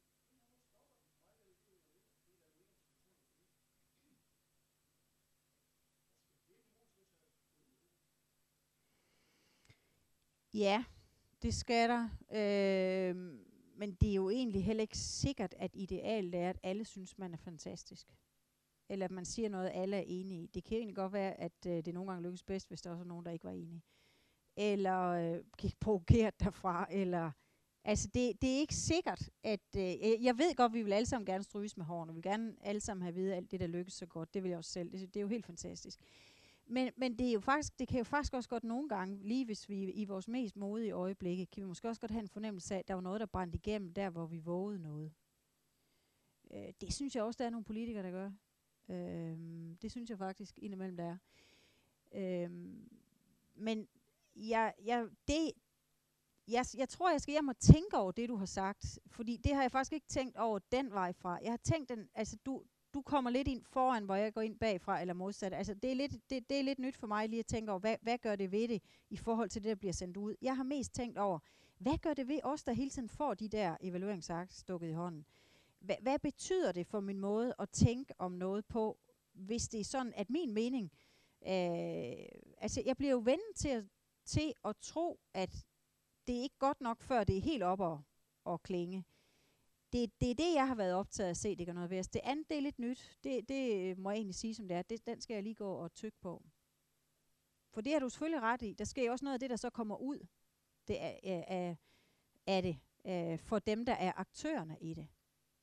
Ja, det skal der. Øh, men det er jo egentlig heller ikke sikkert, at idealet er, at alle synes, man er fantastisk. Eller at man siger noget, alle er enige i. Det kan egentlig godt være, at øh, det nogle gange lykkes bedst, hvis der også er nogen, der ikke var enige. Eller øh, gik provokeret derfra. Eller, altså, det, det er ikke sikkert, at... Øh, jeg ved godt, at vi vil alle sammen gerne stryges med hårene. Vi vil gerne alle sammen have videt alt det, der lykkes så godt. Det vil jeg også selv. Det, det er jo helt fantastisk. Men, men det, er jo faktisk, det kan jo faktisk også godt nogle gange, lige hvis vi i vores mest modige øjeblikke, kan vi måske også godt have en fornemmelse af, at der var noget, der brændte igennem, der hvor vi vågede noget. Øh, det synes jeg også, der er nogle politikere, der gør. Øh, det synes jeg faktisk indimellem, der er. Øh, men jeg, jeg, det, jeg, jeg tror, jeg skal hjem og tænke over det, du har sagt. Fordi det har jeg faktisk ikke tænkt over den vej fra. Jeg har tænkt, den, altså du, du kommer lidt ind foran, hvor jeg går ind bagfra, eller modsat. Altså, det er lidt, det, det er lidt nyt for mig lige at tænke over, hvad, hvad gør det ved det, i forhold til det, der bliver sendt ud. Jeg har mest tænkt over, hvad gør det ved os, der hele tiden får de der evalueringsark stukket i hånden? Hva, hvad betyder det for min måde at tænke om noget på, hvis det er sådan, at min mening, øh, altså jeg bliver jo vendt til at, til at tro, at det er ikke godt nok, før det er helt op og, og klinge. Det, det er det, jeg har været optaget af at se, det gør noget ved os. Det andet, det er lidt nyt. Det, det må jeg egentlig sige, som det er. Det, den skal jeg lige gå og tykke på. For det har du selvfølgelig ret i. Der sker også noget af det, der så kommer ud det er, er, er det, er for dem, der er aktørerne i det.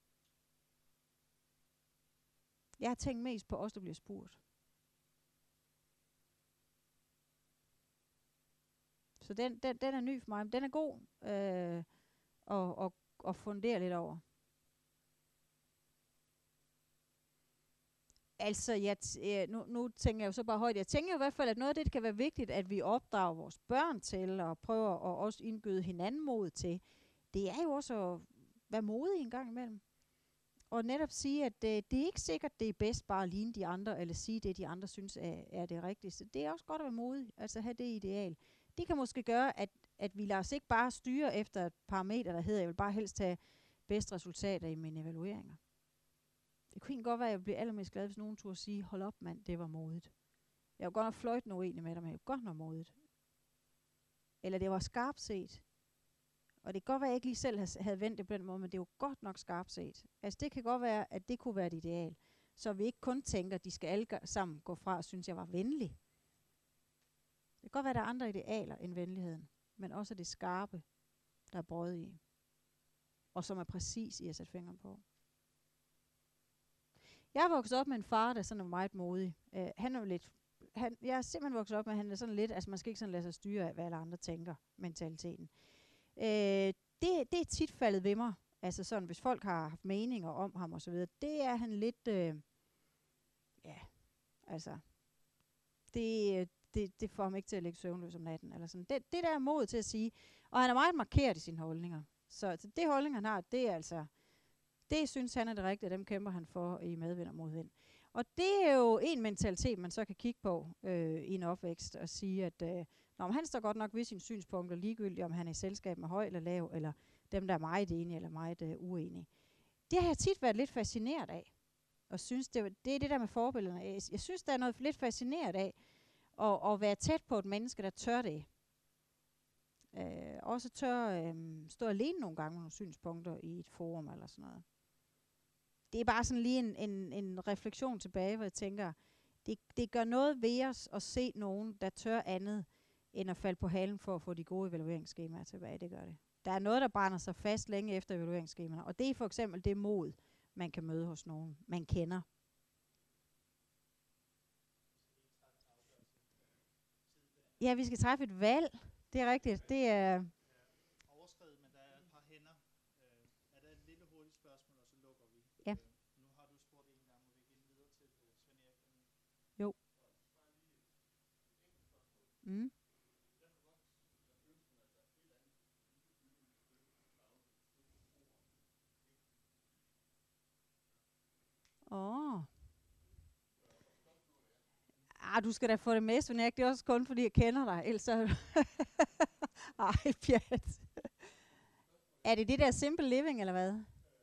Jeg har tænkt mest på os, der bliver spurgt. Så den, den, den er ny for mig. Men den er god øh, at, at, at fundere lidt over. Altså, jeg t- nu, nu tænker jeg jo så bare højt. Jeg tænker i hvert fald, at noget af det, det kan være vigtigt, at vi opdrager vores børn til, og prøver at også indgyde hinanden mod til. Det er jo også at være modig en gang imellem. Og netop sige, at det, det er ikke sikkert, det er bedst bare at ligne de andre, eller sige det, de andre synes er, er det rigtigste. Det er også godt at være modig, altså have det ideal. Det kan måske gøre, at, at vi lader os ikke bare styre efter et parameter, der hedder, jeg vil bare helst have bedste resultater i mine evalueringer. Det kunne godt være, at jeg bliver allermest glad, hvis nogen turde sige, hold op mand, det var modigt. Jeg var godt nok fløjtende uenig med dig, men jeg var godt nok modigt. Eller det var skarpt set. Og det kan godt være, at jeg ikke lige selv havde vendt det på den måde, men det var godt nok skarpt set. Altså det kan godt være, at det kunne være et ideal. Så vi ikke kun tænker, at de skal alle sammen gå fra og synes, jeg var venlig. Det kan godt være, at der er andre idealer end venligheden, men også det skarpe, der er brød i. Og som er præcis i at sætte fingeren på. Jeg er vokset op med en far, der sådan er meget modig. Uh, han er jo lidt, han, jeg er simpelthen vokset op med, at han er sådan lidt, altså man skal ikke sådan lade sig styre af, hvad alle andre tænker, mentaliteten. Uh, det, det er tit faldet ved mig. Altså sådan, hvis folk har haft meninger om ham og så videre, det er han lidt, uh, ja, altså, det, det, det får ham ikke til at ligge søvnløs om natten. Eller sådan. Det, det der er mod til at sige, og han er meget markeret i sine holdninger. Så, så det holdning, han har, det er altså, det synes han er det rigtige, og dem kæmper han for i medvind og modvind. Og det er jo en mentalitet, man så kan kigge på øh, i en opvækst og sige, at øh, når han står godt nok ved sine synspunkter, ligegyldigt om han er i selskab med høj eller lav, eller dem, der er meget enige eller meget øh, uenige. Det har jeg tit været lidt fascineret af, og synes, det, det er det der med forbillederne. Jeg, jeg synes, der er noget lidt fascineret af at, at være tæt på et menneske, der tør det. Øh, også tør øh, stå alene nogle gange med nogle synspunkter i et forum eller sådan noget. Det er bare sådan lige en, en, en refleksion tilbage, hvor jeg tænker, det, det gør noget ved os at se nogen, der tør andet, end at falde på halen for at få de gode evalueringsskemaer tilbage. Det gør det. Der er noget, der brænder sig fast længe efter evalueringsskemaerne, og det er for eksempel det mod, man kan møde hos nogen, man kender. Ja, vi skal træffe et valg. Det er rigtigt. Det er overskrevet, men der er et par hænder. Øh, er der et lille hurtigt spørgsmål, og så lukker vi? Ja. Øh, nu har du spurgt en gang, må vi give videre til Svend Erik? Jo. Mm. Åh. Oh. Ah, du skal da få det med, Svend Erik. Det er også kun fordi, jeg kender dig. Ellers så... Ej, pjat. Er det det der simple living, eller hvad?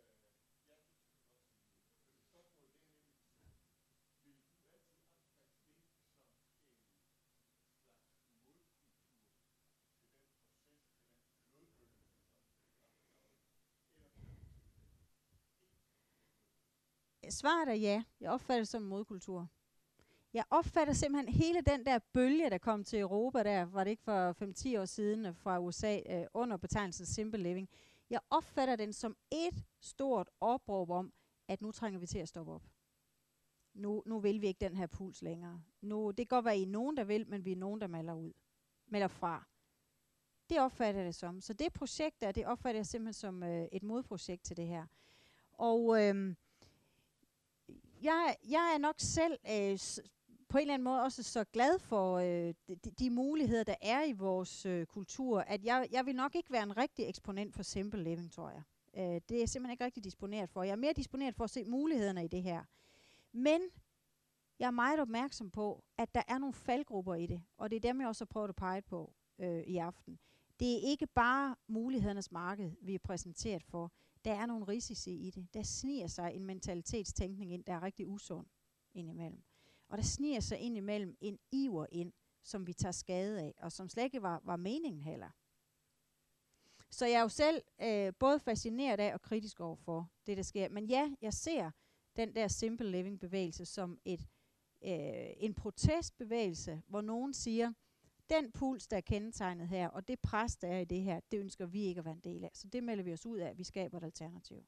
Svaret er ja. Jeg opfatter det som en modkultur. Jeg opfatter simpelthen hele den der bølge, der kom til Europa der, var det ikke for fem til ti år siden fra U S A, øh, under betegnelsen Simple Living. Jeg opfatter den som et stort opråb om, at nu trænger vi til at stoppe op. Nu, nu vil vi ikke den her puls længere. Nu, det kan godt være, I er nogen, der vil, men vi er nogen, der melder ud. Melder fra. Det opfatter jeg det som. Så det projekt der, det opfatter jeg simpelthen som øh, et modprojekt til det her. Og øh, jeg, jeg er nok selv... Øh, på en eller anden måde også så glad for øh, de, de muligheder, der er i vores øh, kultur, at jeg, jeg vil nok ikke være en rigtig eksponent for simple living, tror jeg. Øh, det er jeg simpelthen ikke rigtig disponeret for. Jeg er mere disponeret for at se mulighederne i det her. Men jeg er meget opmærksom på, at der er nogle faldgrupper i det, og det er dem, jeg også har prøvet at pege på øh, i aften. Det er ikke bare mulighedernes marked, vi er præsenteret for. Der er nogle risici i det. Der sniger sig en mentalitetstænkning ind, der er rigtig usund indimellem. Og der sniger sig ind imellem en iver ind, som vi tager skade af, og som slet ikke var, var meningen heller. Så jeg er jo selv øh, både fascineret af og kritisk over for det, der sker. Men ja, jeg ser den der simple living bevægelse som et, øh, en protestbevægelse, hvor nogen siger, den puls, der er kendetegnet her, og det pres, der er i det her, det ønsker vi ikke at være en del af. Så det melder vi os ud af. Vi skaber et alternativ.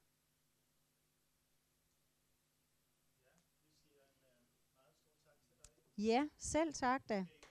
Ja, vi siger en uh, meget stor tak til dig. Ja, selv tak da.